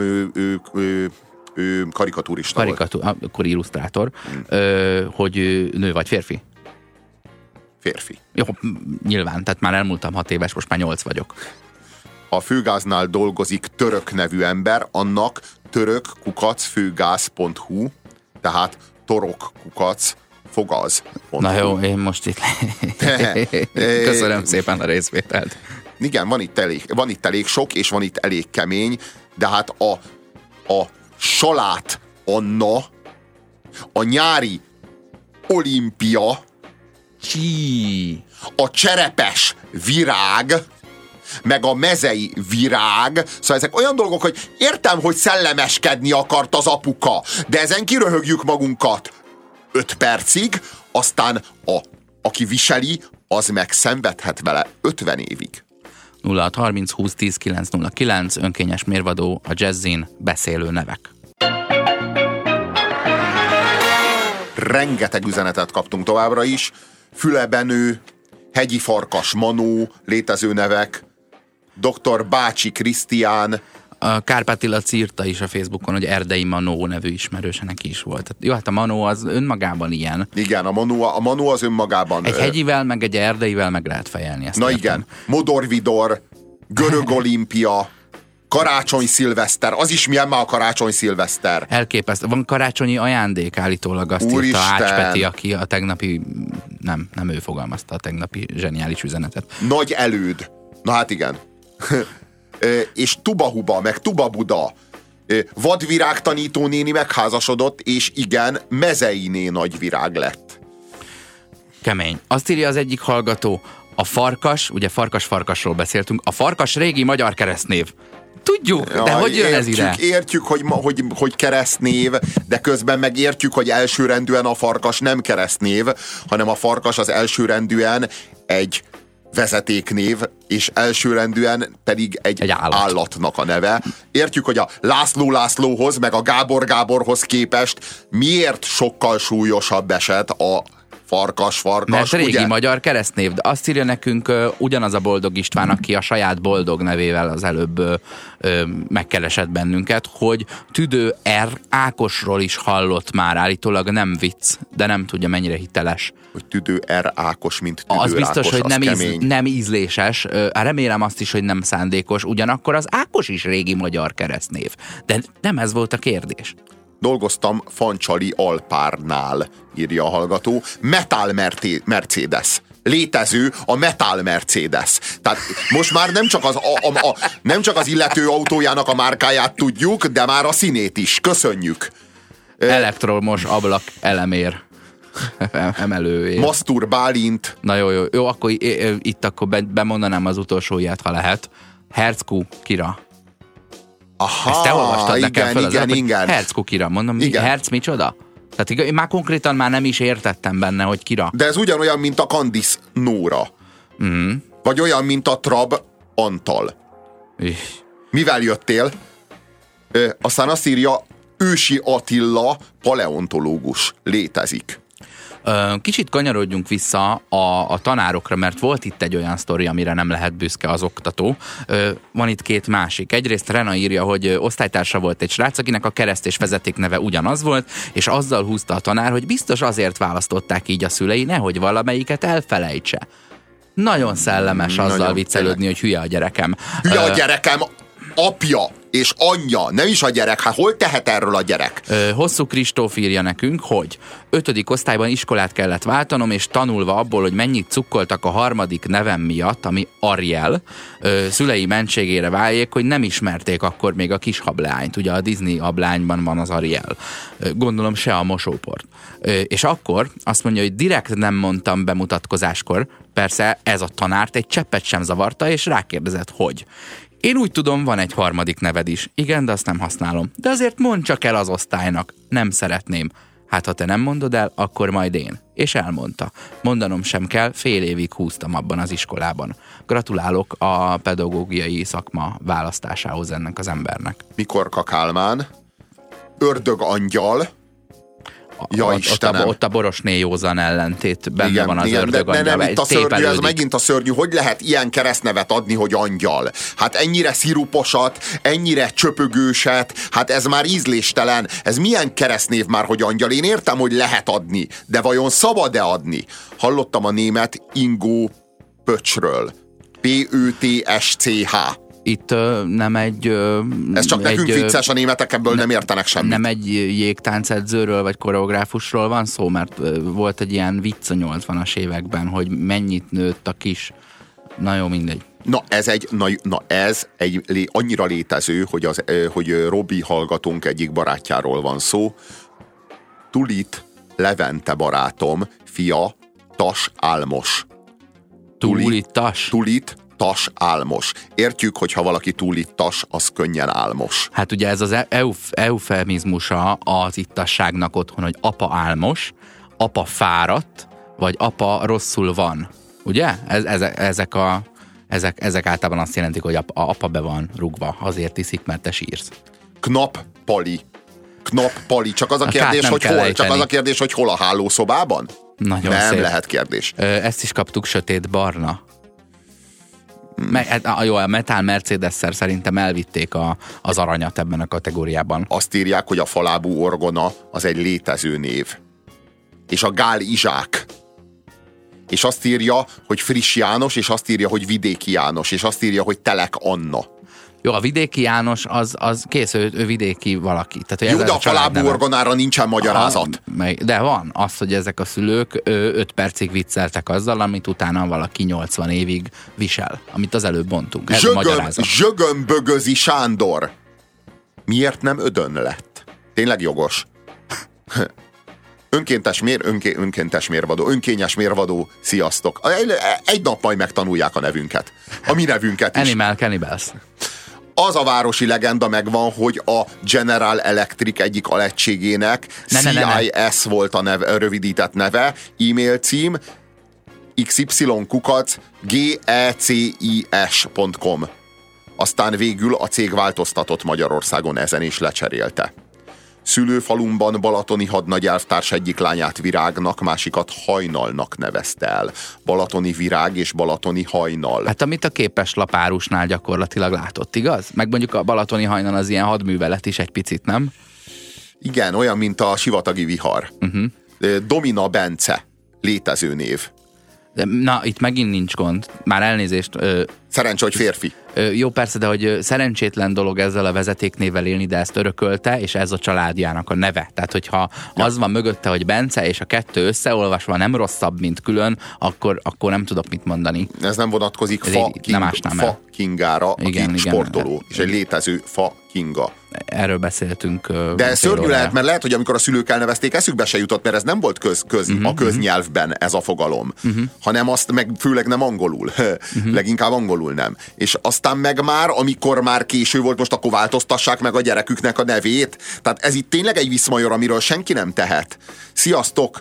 C: ő karikatúrista volt.
B: Akkor illusztrátor. Hogy nő vagy férfi?
C: Férfi.
B: Jó, nyilván, tehát már elmúltam 6 éves, most már 8 vagyok.
C: A főgáznál dolgozik Török nevű ember, annak török@főgáz.hu, tehát torok@fogaz.hu.
B: Na jó, én most itt köszönöm szépen a részvételt.
C: Igen, van itt elég sok, és van itt elég kemény, de hát a Salát Anna, a nyári olimpia, a cserepes virág, meg a mezei virág, szóval ezek olyan dolgok, hogy értem, hogy szellemeskedni akart az apuka, de ezen kiröhögjük magunkat 5 percig, aztán aki viseli, az meg szenvedhet vele 50 évig.
B: 0630 20 10 909, önkényes mérvadó, a Jazzin, beszélő nevek.
C: Rengeteg üzenetet kaptunk továbbra is. Fülebenő, Hegyi Farkas Manó, létező nevek, Dr. Bácsi Krisztián.
B: A Kárpáti Laci írta is a Facebookon, hogy Erdei Manó nevű ismerőse neki is volt. Jó, hát a Manó az önmagában ilyen.
C: Igen, a Manó az önmagában.
B: Egy hegyivel, meg egy erdeivel meg lehet fejelni ezt.
C: Na
B: értem.
C: igen, Modorvidor, Görög Olimpia, Karácsony Szilveszter, az is milyen már a Karácsony Szilveszter.
B: Elképesztő. Van karácsonyi ajándék állítólag, azt írta Ács Peti, aki a tegnapi, nem ő fogalmazta a tegnapi zseniális üzenetet.
C: Nagy előd. Na hát igen. És Tubahuba, meg Tubabuda. Vadvirág tanítónéni megházasodott, és igen, Mezeiné nagyvirág lett.
B: Kemény. Azt írja az egyik hallgató, a farkas, ugye farkasról beszéltünk, a farkas régi magyar keresztnév. Tudjuk, de hogy jön ez ide?
C: Értjük, hogy keresztnév, de közben meg értjük, hogy elsőrendűen a farkas nem keresztnév, hanem a farkas az elsőrendűen egy vezetéknév, és elsőrendűen pedig egy állatnak a neve. Értjük, hogy a Lászlóhoz, meg a Gáborhoz képest miért sokkal súlyosabb eset a farkas.
B: Mert régi
C: ugye?
B: magyar keresztnév, de azt írja nekünk ugyanaz a Boldog István, aki a saját Boldog nevével az előbb megkeresett bennünket, hogy Tüdő R. Ákosról is hallott már, állítólag nem vicc, de nem tudja mennyire hiteles.
C: Hogy Tüdő R. Ákos, mint Tüdő
B: az biztos,
C: Ákos,
B: hogy nem ízléses, remélem azt is, hogy nem szándékos, ugyanakkor az Ákos is régi magyar keresztnév. De nem ez volt a kérdés.
C: Dolgoztam Fancsali Alpárnál, írja a hallgató. Metal Mercedes. Létező a Metal Mercedes. Tehát most már nem csak az illető autójának a márkáját tudjuk, de már a színét is. Köszönjük.
B: Elektromos ablak elemér. Emelőjét.
C: Masztur Bálint.
B: Na jó, akkor itt akkor bemondanám az utolsó ilyet, ha lehet. Herckú Kira.
C: Aha,
B: ezt te olvastad nekem föl
C: igen.
B: Herckú Kira, mondom, igen. Herc micsoda? Tehát én már konkrétan már nem is értettem benne, hogy Kira.
C: De ez ugyanolyan, mint a Candice Nóra. Vagy olyan, mint a Trab Antal. Mivel jöttél? Aztán azt írja, Ősi Attila paleontológus létezik.
B: Kicsit kanyarodjunk vissza a tanárokra, mert volt itt egy olyan sztori, amire nem lehet büszke az oktató. Van itt két másik. Egyrészt Rena írja, hogy osztálytársa volt egy srác, akinek a kereszt és vezetékneve ugyanaz volt, és azzal húzta a tanár, hogy biztos azért választották így a szülei, nehogy valamelyiket elfelejtse. Nagyon szellemes azzal viccelődni, hogy hülye a gyerekem.
C: Hülye a gyerekem, apja és anyja, nem is a gyerek, hát hol tehet erről a gyerek?
B: Hosszú Kristóf írja nekünk, hogy 5. osztályban iskolát kellett váltanom, és tanulva abból, hogy mennyit cukkoltak a harmadik nevem miatt, ami Ariel, szülei mentségére váljék, hogy nem ismerték akkor még a kis hableányt. Ugye a Disney ablányban van az Ariel. Gondolom se a mosóport. És akkor azt mondja, hogy direkt nem mondtam bemutatkozáskor, persze ez a tanárt egy cseppet sem zavarta, és rákérdezett, hogy én úgy tudom, van egy harmadik neved is. Igen, de azt nem használom. De azért mondd csak el az osztálynak. Nem szeretném. Hát, ha te nem mondod el, akkor majd én. És elmondta. Mondanom sem kell, fél évig húztam abban az iskolában. Gratulálok a pedagógiai szakma választásához ennek az embernek.
C: Mikorka Kálmán, Ördög Angyal, ja, Istenem.
B: Ott a Borosné Józan ellentét benne van az Ördög Angyal.
C: Nem, itt a szörnyű, ez megint a szörnyű. Hogy lehet ilyen keresztnevet adni, hogy angyal? Hát ennyire sziruposat, ennyire csöpögőset, hát ez már ízléstelen. Ez milyen keresztnév már, hogy angyal? Én értem, hogy lehet adni, de vajon szabad-e adni? Hallottam a német Ingo Pöcsről. P-Ö-T-S-C-H.
B: Itt nem egy...
C: Ez csak nekünk vicces, a németek ebből nem értenek semmit.
B: Nem egy jégtáncedzőről vagy koreográfusról van szó, mert volt egy ilyen vicc a 80-as években, hogy mennyit nőtt a kis... Na jó, mindegy.
C: Ez egy annyira létező, hogy Robi hallgatónk egyik barátjáról van szó. Tulit Levente barátom, fia, Tas Álmos.
B: Tulit
C: ittas, álmos. Értjük, hogyha valaki túl ittas, az könnyen álmos.
B: Hát ugye ez az eufemizmusa az ittasságnak otthon, hogy apa álmos, apa fáradt, vagy apa rosszul van. Ugye? Ezek általában azt jelentik, hogy apa be van rugva, azért iszik, mert te sírsz.
C: Knappali. Csak az a kérdés, hogy hol a hálószobában?
B: Nagyon
C: nem
B: szép.
C: Lehet kérdés.
B: Ezt is kaptuk sötét-barna. Jó, a Metal Mercedes-szer szerintem elvitték az aranyat ebben a kategóriában.
C: Azt írják, hogy a falábú orgona az egy létező név. És a Gál Izsák. És azt írja, hogy Friss János, és azt írja, hogy Vidéki János, és azt írja, hogy Telek Anna.
B: Jó, a Vidéki János az kész, ő vidéki valaki. Tehát,
C: jó, de a falábú orgonára nincsen magyarázat.
B: De van az, hogy ezek a szülők 5 percig vicceltek azzal, amit utána valaki 80 évig visel. Amit az előbb mondtunk.
C: Zsögömbögözi Sándor. Miért nem Ödön lett? Tényleg jogos. Önkényes mérvadó, sziasztok. Egy nap majd megtanulják a nevünket. A mi nevünket is.
B: Animal Cannibals.
C: Az a városi legenda megvan, hogy a General Electric egyik alegységének CIS volt a rövidített neve, e-mail cím xy@gecis.com. Aztán végül a cég változtatott Magyarországon ezen és lecserélte. Szülőfalumban balatoni hadnagyelvtárs egyik lányát Virágnak, másikat Hajnalnak nevezte el. Balatoni Virág és balatoni Hajnal.
B: Hát amit a képeslapárusnál gyakorlatilag látott, igaz? Meg mondjuk a balatoni Hajnal az ilyen hadművelet is egy picit, nem?
C: Igen, olyan, mint a sivatagi vihar. Domina Bence, létező név.
B: Na, itt megint nincs gond. Már elnézést.
C: Szerencsé, hogy férfi.
B: Jó, persze, de hogy szerencsétlen dolog ezzel a vezetéknévvel élni, de ezt örökölte, és ez a családjának a neve. Tehát, hogyha az van mögötte, hogy Bence, és a kettő összeolvasva nem rosszabb, mint külön, akkor nem tudok mit mondani.
C: Ez nem vonatkozik Kingára, aki sportoló, és egy létező Fa Kinga.
B: Erről beszéltünk.
C: De szörnyű lehet, mert lehet, hogy amikor a szülők elnevezték, eszükbe se jutott, mert ez nem volt a köznyelvben ez a fogalom, hanem azt meg főleg nem angolul. Leginkább angolul nem. És aztán meg már, amikor már késő volt, most akkor változtassák meg a gyereküknek a nevét. Tehát ez itt tényleg egy viszmajor, amiről senki nem tehet. Sziasztok!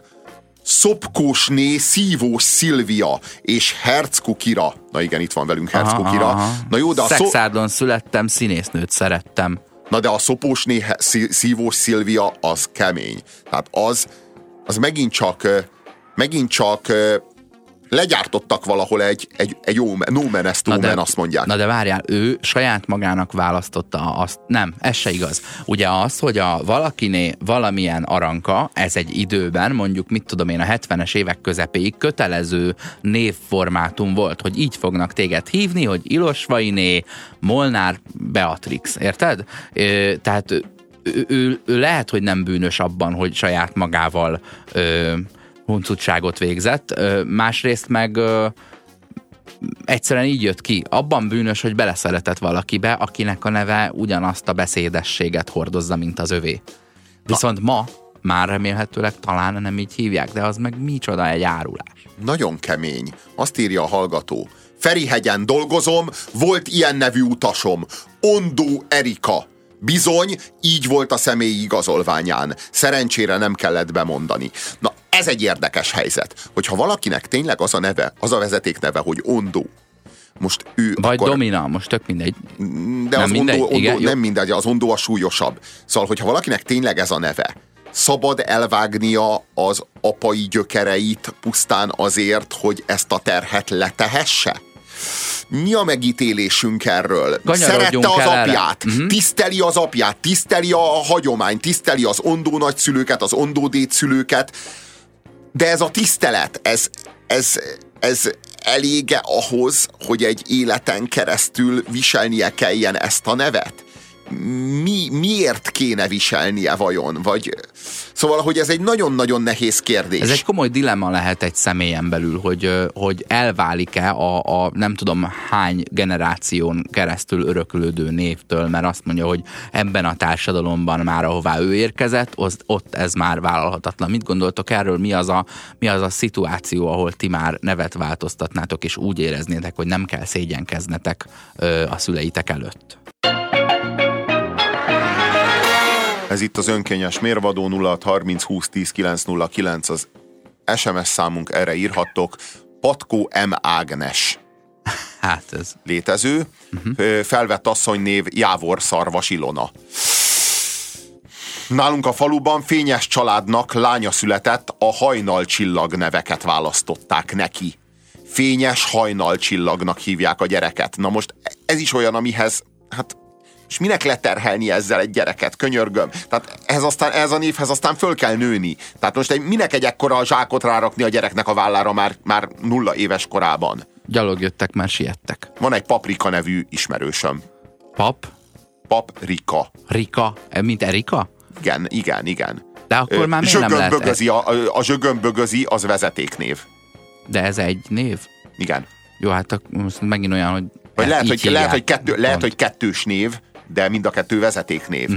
C: Szopkósné, Szívós Szilvia és Herckukira. Na igen, itt van velünk Herckukira. Na jó, de
B: Szexárdon születtem, színésznőt szerettem.
C: Na de a Szopósné, Szívós Szilvia az kemény. Tehát az megint csak legyártottak valahol egy nomen est omen, azt mondják.
B: Na de várjál, ő saját magának választotta azt. Nem, ez se igaz. Ugye az, hogy a valakiné valamilyen aranka, ez egy időben, mondjuk mit tudom én, a 70-es évek közepéig kötelező névformátum volt, hogy így fognak téged hívni, hogy Ilosvainé, Molnár Beatrix, érted? Tehát ő lehet, hogy nem bűnös abban, hogy saját magával huncutságot végzett, másrészt meg egyszerűen így jött ki. Abban bűnös, hogy beleszeretett valakibe, akinek a neve ugyanazt a beszédességet hordozza, mint az övé. Viszont ma már remélhetőleg talán nem így hívják, de az meg micsoda egy árulás.
C: Nagyon kemény. Azt írja a hallgató. Ferihegyen dolgozom, volt ilyen nevű utasom. Ondó Erika. Bizony, így volt a személyi igazolványán. Szerencsére nem kellett bemondani. Na, ez egy érdekes helyzet, hogyha valakinek tényleg az a neve, az a vezetékneve, hogy Ondó. Most ő
B: vagy akkor... Domina, most tök mindegy.
C: De nem az Ondó nem mindegy, az Ondó a súlyosabb. Szóval, hogyha valakinek tényleg ez a neve, szabad elvágnia az apai gyökereit pusztán azért, hogy ezt a terhet letehesse? Mi a megítélésünk erről? Szerette az apját, tiszteli az apját, tiszteli a hagyomány, tiszteli az Ondó nagyszülőket, az Ondó dédszülőket, de ez a tisztelet, ez elége ahhoz, hogy egy életen keresztül viselnie kelljen ezt a nevet? miért kéne viselnie vajon? Vagy... Szóval, hogy ez egy nagyon-nagyon nehéz kérdés.
B: Ez egy komoly dilemma lehet egy személyen belül, hogy elválik-e a nem tudom hány generáción keresztül öröklődő névtől, mert azt mondja, hogy ebben a társadalomban már ahová ő érkezett, ott ez már vállalhatatlan. Mit gondoltok erről? Mi az a szituáció, ahol ti már nevet változtatnátok, és úgy éreznétek, hogy nem kell szégyenkeznetek a szüleitek előtt?
C: Ez itt az önkényes mérvadó 0630 20 10 909 az SMS számunk, erre írhattok. Patkó M. Ágnes.
B: Hát ez...
C: Létező. Felvett asszonynév Jávor Szarvas Ilona. Nálunk a faluban fényes családnak lánya született, a hajnalcsillag neveket választották neki. Fényes hajnalcsillagnak hívják a gyereket. Na most ez is olyan, amihez, hát, és minek leterhelni ezzel egy gyereket, könyörgöm. Tehát ez a névhez aztán föl kell nőni. Tehát most minek egy ekkora zsákot rárakni a gyereknek a vállára már 0 éves korában.
B: Gyalog jöttek, már siettek.
C: Van egy Paprika nevű ismerősöm. Paprika.
B: Rika? Mint Erika?
C: Igen.
B: De akkor már miért nem lehet?
C: A zsögömbögözi az vezetéknév.
B: De ez egy név?
C: Igen.
B: Jó, hát most megint olyan, hogy...
C: Vagy lehet, hogy kettős név, de mind a kettő vezetéknév.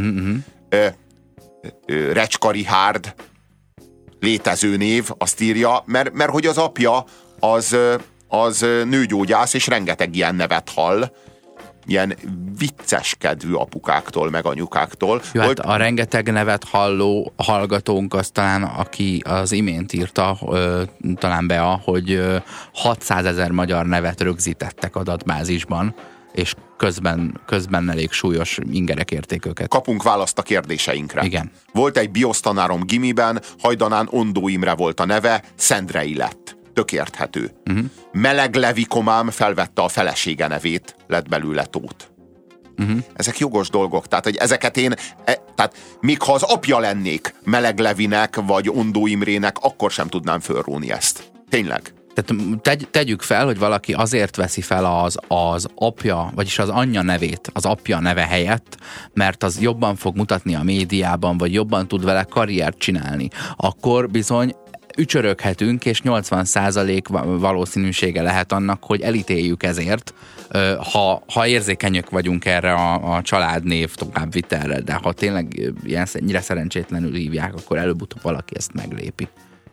C: Recska Richárd létező név, azt írja, mert hogy az apja az nőgyógyász, és rengeteg ilyen nevet hall, ilyen vicces kedvű apukáktól, meg anyukáktól.
B: Jó, hát a rengeteg nevet halló hallgatónk az talán, aki az imént írta, talán Bea, hogy 600 000 magyar nevet rögzítettek adatbázisban, és közben elég súlyos ingerek érték őket.
C: Kapunk választ a kérdéseinkre.
B: Igen.
C: Volt egy biosztanárom gimiben, hajdanán Ondó Imre volt a neve, Szendrei lett. Tök érthető. Meleg Levi komám felvette a felesége nevét, lett belőle Tóth. Ezek jogos dolgok, tehát hogy ezeket tehát még ha az apja lennék Meleg Levinek vagy Ondó Imrének, akkor sem tudnám fölróni ezt. Tényleg.
B: Tehát tegyük fel, hogy valaki azért veszi fel az apja, vagyis az anyja nevét, az apja neve helyett, mert az jobban fog mutatni a médiában, vagy jobban tud vele karriert csinálni. Akkor bizony ücsöröghetünk, és 80% valószínűsége lehet annak, hogy elítéljük ezért, ha érzékenyek vagyunk erre a családnév továbbvitelre, de ha tényleg ennyire szerencsétlenül hívják, akkor előbb-utóbb valaki ezt meglépi.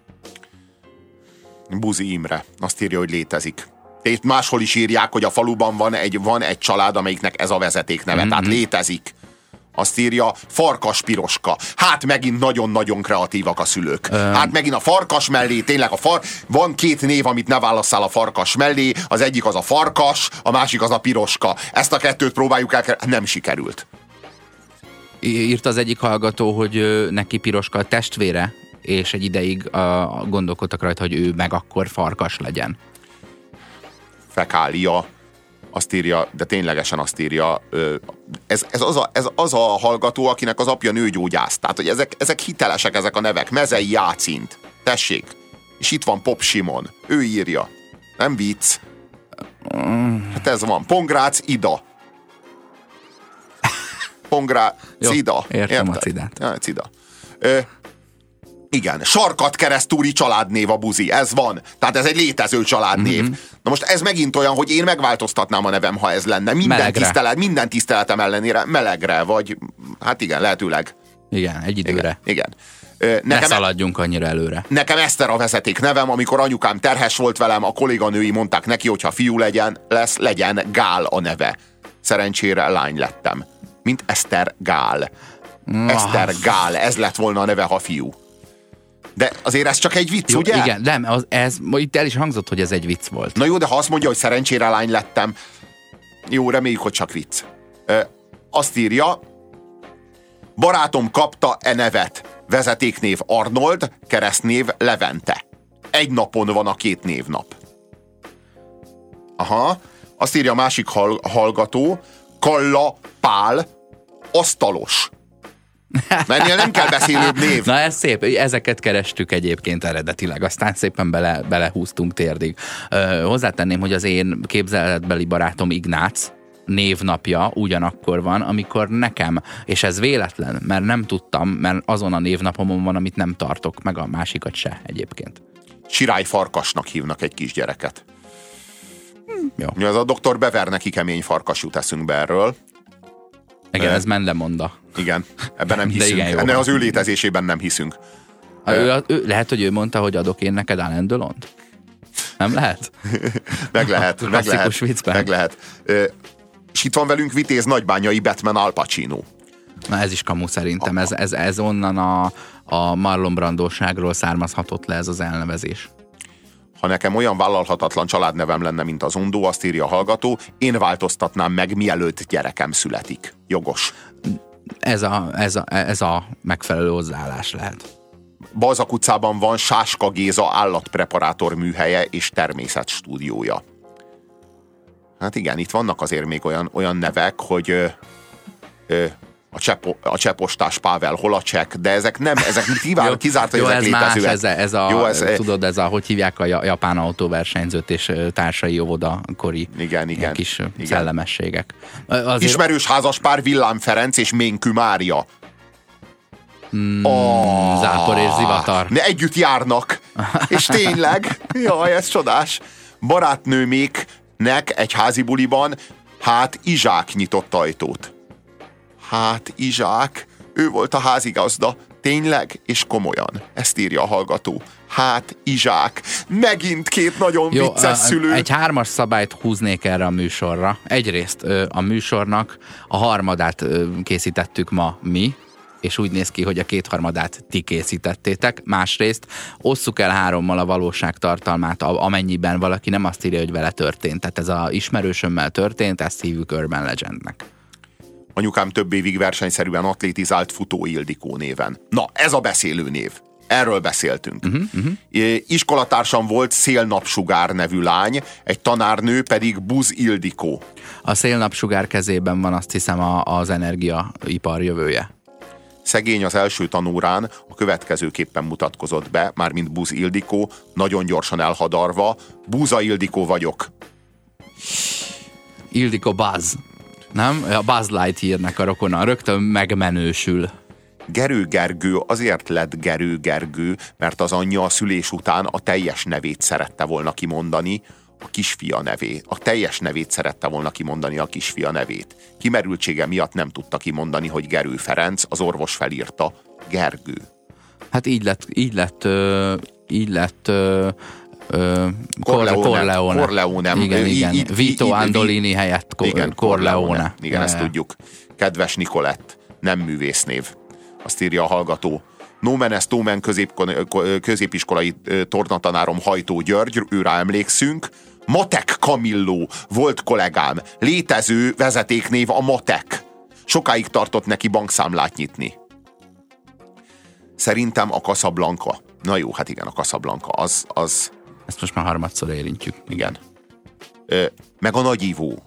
C: Buzi Imre azt írja, hogy létezik. Itt máshol is írják, hogy a faluban van egy család, amelyiknek ez a vezetékneve, tehát létezik. Azt írja, Farkas Piroska. Hát megint nagyon-nagyon kreatívak a szülők. Hát megint a Farkas mellé, tényleg van 2 név, amit ne válasszál a Farkas mellé, az egyik az a Farkas, a másik az a Piroska. Ezt a 2-t próbáljuk el, nem sikerült.
B: Írt az egyik hallgató, hogy neki Piroska a testvére, és egy ideig gondolkodtak rajta, hogy ő meg akkor Farkas legyen.
C: Fekália. Azt írja, de ténylegesen azt írja, ez az a hallgató, akinek az apja nőgyógyász. Tehát, hogy ezek hitelesek, ezek a nevek. Mezei Jácint. Tessék. És itt van Pop Simon. Ő írja. Nem vicc. Hát ez van. Pongrác Ida. Pongrác Ida.
B: Értem a cidát.
C: Ja, Cida. Igen, Sarkat-Keresztúri családnév a Buzi, ez van. Tehát ez egy létező családnév. Na most ez megint olyan, hogy én megváltoztatnám a nevem, ha ez lenne. Minden tiszteletem ellenére Melegre, vagy hát igen, lehetőleg.
B: Igen, egy időre.
C: Igen.
B: Ne szaladjunk annyira előre.
C: Nekem Eszter a vezeték nevem, amikor anyukám terhes volt velem, a kolléganői mondták neki, hogyha fiú legyen Gál a neve. Szerencsére lány lettem. Mint Eszter Gál. Eszter Gál, ez lett volna a neve, ha fiú. De azért ez csak egy vicc,
B: jó,
C: ugye?
B: Igen, nem, itt el is hangzott, hogy ez egy vicc volt.
C: Na jó, de ha azt mondja, hogy szerencsére lány lettem, jó, reméljük, hogy csak vicc. Azt írja, barátom kapta nevet, vezetéknév Arnold, keresztnév Levente. Egy napon van a 2 névnap. Aha, azt írja a másik hallgató, Kalla Pál, asztalos. Mennél nem kell beszélőbb név.
B: Na ez szép, ezeket kerestük egyébként eredetileg, aztán szépen belehúztunk térdig. Hozzátenném, hogy az én képzeletbeli barátom Ignác, névnapja ugyanakkor van, amikor nekem, és ez véletlen, mert nem tudtam, mert azon a névnapomon van, amit nem tartok, meg a másikat se egyébként.
C: Sirály farkasnak hívnak egy kisgyereket.
B: Jó.
C: Ez a doktor Bever, neki kemény farkas jut eszünkbe erről.
B: Igen, ez Mendemonda.
C: Igen, ebben nem hiszünk.
B: Igen,
C: ennek az ő létezésében nem hiszünk.
B: Lehet, hogy ő mondta, hogy adok én neked Alain Delont? Nem lehet?
C: Meg lehet. Meg lehet. És itt van velünk Vitéz Nagybányai Batman Al Pacino.
B: Na ez is kamu szerintem. Ez onnan a Marlon Brandóságról származhatott le ez az elnevezés.
C: Ha nekem olyan vállalhatatlan családnevem lenne, mint az Ondó, azt írja a hallgató, én változtatnám meg, mielőtt gyerekem születik. Jogos.
B: Ez a megfelelő hozzáállás lehet.
C: Balzak utcában van Sáska Géza állatpreparátor műhelye és természetstúdiója. Hát igen, itt vannak azért még olyan nevek, hogy a csehpostás Pável Holacek, de ezek kizárt, hogy ezek létezőek.
B: Tudod, hogy hívják a japán autóversenyzőt és társai óvodakori
C: igen,
B: kis szellemességek.
C: Ismerős házaspár Villám Ferenc és Ménkű Mária.
B: Zápor és zivatar.
C: Ne együtt járnak. És tényleg, jaj, ez csodás. Barátnőméknek egy házi buliban Izsák nyitott ajtót. Izsák, ő volt a házigazda. Tényleg? És komolyan. Ezt írja a hallgató. Izsák. Megint két nagyon vicces szülő.
B: Egy 3-as szabályt húznék erre a műsorra. Egyrészt a műsornak a harmadát készítettük ma mi, és úgy néz ki, hogy a 2/3 ti készítettétek. Másrészt osszuk el 3-mal a valóság tartalmát, amennyiben valaki nem azt írja, hogy vele történt. Tehát ez az ismerősömmel történt, ezt hívjuk Urban Legendnek.
C: Anyukám több évig versenyszerűen atlétizált Futó Ildikó néven. Na, ez a beszélő név. Erről beszéltünk. Iskolatársam volt Szélnapsugár nevű lány, egy tanárnő pedig Buz Ildikó.
B: A Szélnapsugár kezében van, azt hiszem, az energiaipar jövője.
C: Szegény az első tanórán a következőképpen mutatkozott be, mármint Buz Ildikó, nagyon gyorsan elhadarva. Búza Ildikó vagyok.
B: Ildikó Buzz. Nem? A Buzz Lightyearnek a rokona. Rögtön megmenősül.
C: Gerő Gergő azért lett Gerő Gergő, mert az anyja a szülés után a teljes nevét szerette volna kimondani, a kisfia nevét. A teljes nevét szerette volna kimondani, a kisfia nevét. Kimerültsége miatt nem tudta kimondani, hogy Gerő Ferenc, az orvos felírta Gergő.
B: Hát így lett Corleone. Igen. Vito Andolini helyett Corleone.
C: Igen, ezt tudjuk. Kedves Nicolett, nem művésznév. Azt írja a hallgató. Nómenes Tómen középiskolai tornatanárom Hajtó György, őrá emlékszünk. Matek Kamilló volt kollégám. Létező vezetéknév a Matek. Sokáig tartott neki bankszámlát nyitni. Szerintem a Casablanca. Na jó, hát igen, a Casablanca az...
B: Ezt most már 3-szor érintjük.
C: Igen. Meg a Nagyívó.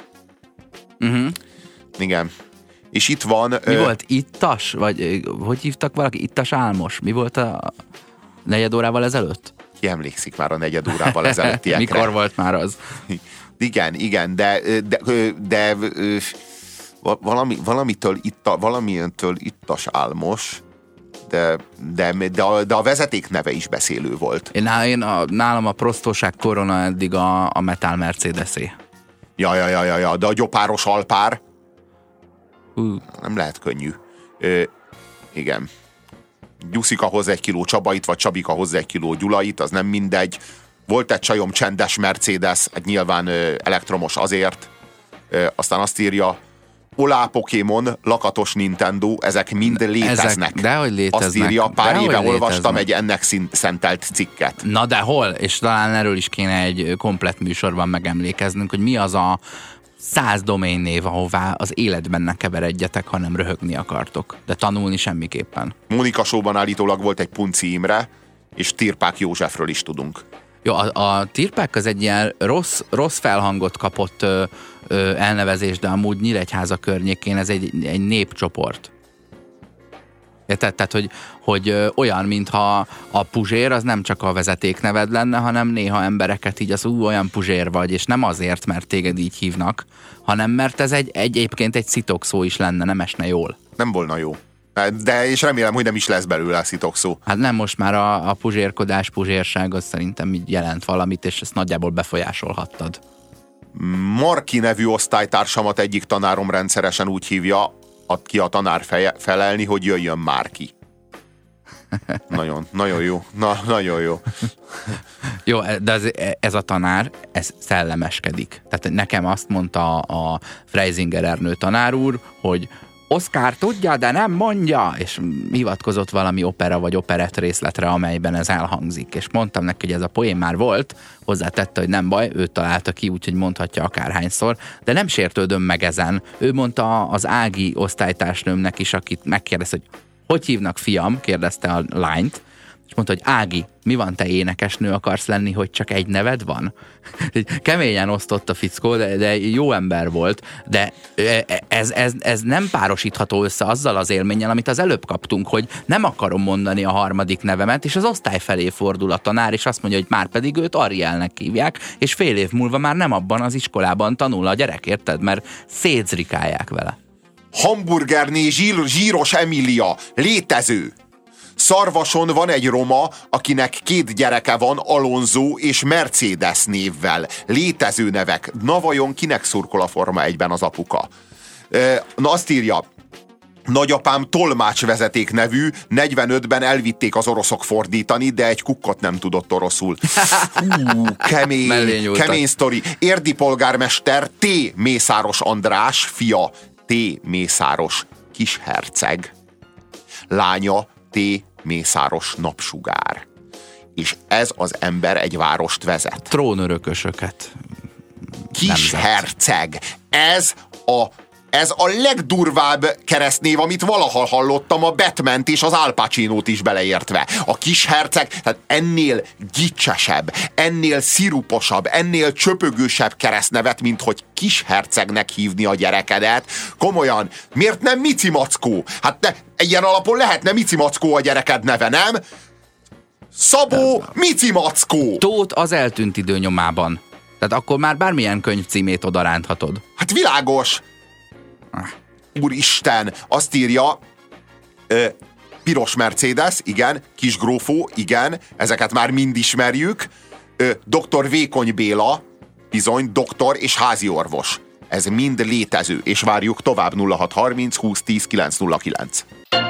C: Igen. És itt van...
B: Mi volt? Ittas? Vagy hogy hívtak valaki? Ittas Álmos? Mi volt a 4 órával ezelőtt?
C: Ki emlékszik már a 4 órával ezelőttiekre?
B: Mikor volt már az?
C: Igen, de valamitől Ittas Álmos, de a vezeték neve is beszélő volt.
B: Nálam a prostóság korona eddig a Metal Mercedes-é.
C: Ja, de a gyopáros alpár nem lehet könnyű. Igen. Gyuszika hoz 1 kiló Csabait, vagy Csabika hoz 1 kiló Gyulait, az nem mindegy. Volt egy csajom csendes Mercedes, egy nyilván elektromos azért. Aztán azt írja, Olá Pokémon, lakatos Nintendo, ezek mind léteznek.
B: Dehogy léteznek.
C: Azt írja, pár éve olvastam egy ennek szentelt cikket.
B: Na de hol? És talán erről is kéne egy komplett műsorban megemlékeznünk, hogy mi az a 100 domainnév, ahová az életben ne keveredjetek, hanem röhögni akartok. De tanulni semmiképpen.
C: Mónika Show-ban állítólag volt egy Punci Imre, és Tirpák Józsefről is tudunk.
B: Jó, a Tirpák az egy ilyen rossz felhangot kapott elnevezés, de amúgy Nyíregyháza környékén ez egy népcsoport. Tehát, hogy olyan, mintha a Puzsér az nem csak a vezetékneved lenne, hanem néha embereket így olyan Puzsér vagy, és nem azért, mert téged így hívnak, hanem mert ez egyébként egy szitokszó is lenne, nem esne jól.
C: Nem volna jó. De és remélem, hogy nem is lesz belőle a szitokszó.
B: Hát nem, most már a puzsérkodás, puzsérság az szerintem így jelent valamit, és ezt nagyjából befolyásolhattad.
C: Marki nevű osztálytársamat egyik tanárom rendszeresen úgy hívja, ki a tanár felelni, hogy jöjjön Márki. Nagyon jó. Nagyon jó.
B: Jó, de ez a tanár, ez szellemeskedik. Tehát nekem azt mondta a Freisinger Ernő tanár úr, hogy Oszkár tudja, de nem mondja, és hivatkozott valami opera vagy operett részletre, amelyben ez elhangzik. És mondtam neki, hogy ez a poén már volt, hozzátette, hogy nem baj, ő találta ki, úgyhogy mondhatja akárhányszor, de nem sértődöm meg ezen. Ő mondta az Ági osztálytársnőmnek is, akit megkérdezte, hogy hívnak fiam, kérdezte a lányt, és mondta, hogy Ági, mi van, te énekesnő akarsz lenni, hogy csak egy neved van? Keményen osztott a fickó, de jó ember volt, de ez nem párosítható össze azzal az élménnyel, amit az előbb kaptunk, hogy nem akarom mondani a harmadik nevemet, és az osztály felé fordul a tanár, és azt mondja, hogy már pedig őt Arielnek hívják, és fél év múlva már nem abban az iskolában tanul a gyerek, érted? Mert szétzrikálják vele.
C: Hamburgerné zsíros Emília, létező. Szarvason van egy roma, akinek 2 gyereke van, Alonso és Mercedes névvel. Létező nevek. Na vajon kinek szurkol a Forma 1-ben az apuka? Azt írja, nagyapám tolmácsvezeték nevű, 45-ben elvitték az oroszok fordítani, de egy kukkot nem tudott oroszul. Kemény sztori. Érdi polgármester T. Mészáros András, fia T. Mészáros kisherceg, lánya T. Mészáros Napsugár. És ez az ember egy várost vezet.
B: Trónörökösöket.
C: Kisherceg. Ez a legdurvább keresztnév, amit valaha hallottam, a Batmant és az Al Pacinót is beleértve. A kisherceg, tehát ennél gicsesebb, ennél sziruposabb, ennél csöpögősebb keresztnevet, mint hogy kishercegnek hívni a gyerekedet. Komolyan, miért nem Mici Mackó? Hát ilyen alapon lehetne Mici Mackó a gyereked neve, nem? Szabó Mici Mackó!
B: Tóth az Eltűnt idő nyomában. Tehát akkor már bármilyen könyv címét odaránthatod.
C: Hát világos! Úristen, azt írja, piros Mercedes, igen, kisgrófó, igen, ezeket már mind ismerjük, dr. Vékony Béla, bizony, doktor és házi orvos. Ez mind létező, és várjuk tovább 0630 20 10 909.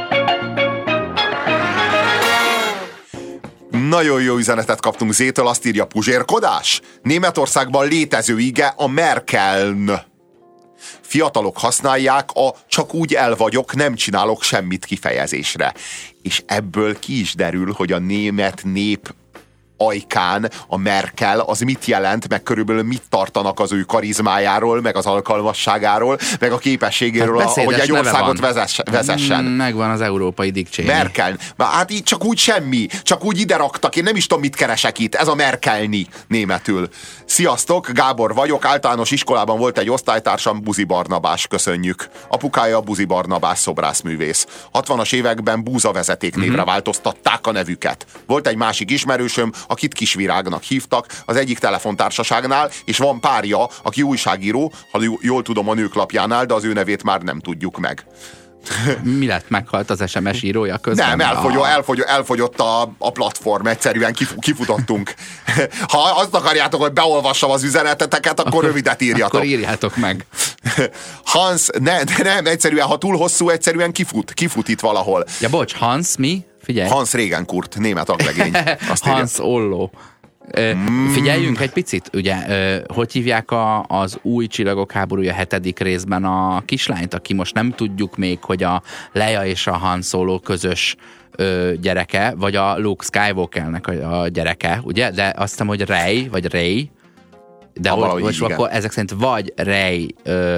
C: Nagyon jó üzenetet kaptunk Zétől, azt írja, puzsérkodás? Németországban létező ige a Merkeln. Fiatalok használják a csak úgy el vagyok, nem csinálok semmit kifejezésre. És ebből ki is derül, hogy a német nép ajkán a Merkel az mit jelent, meg körülbelül mit tartanak az ő karizmájáról, meg az alkalmasságáról, meg a képességéről,
B: hát
C: hogy egy országot vezessen.
B: Megvan az európai Dick Cheney.
C: Merkel. Hát így csak úgy semmi. Csak úgy ide raktak. Én nem is tudom, mit keresek itt. Ez a Merkelni németül. Sziasztok, Gábor vagyok. Általános iskolában volt egy osztálytársam, Buzi Barnabás. Köszönjük. Apukája Buzi Barnabás szobrászművész. 60-as években Búza vezeték névre változtatták a nevüket. Volt egy másik ismerősöm, akit Kisvirágnak hívtak az egyik telefontársaságnál, és van párja, aki újságíró, ha jól tudom, a Nőklapjánál, de az ő nevét már nem tudjuk meg.
B: Mi lett, meghalt az SMS írója közben?
C: Nem, elfogyott a platform, egyszerűen kifutottunk. Ha azt akarjátok, hogy beolvassam az üzeneteteket, akkor rövidet írjatok.
B: Akkor írjátok meg.
C: Hans, nem, egyszerűen, ha túl hosszú, egyszerűen kifut itt valahol.
B: Ja, bocs, Hans mi? Figyelj.
C: Hans Regenkurt, német aglegény.
B: Hans Olló. Figyeljünk egy picit, ugye, hogy hívják az új Csillagok háborúja 7. részben a kislányt, aki most nem tudjuk még, hogy a Leia és a Han Solo közös gyereke, vagy a Luke Skywalkernek a gyereke, ugye? De azt hiszem, hogy Rey, vagy Rey, de most akkor ezek szerint vagy Rey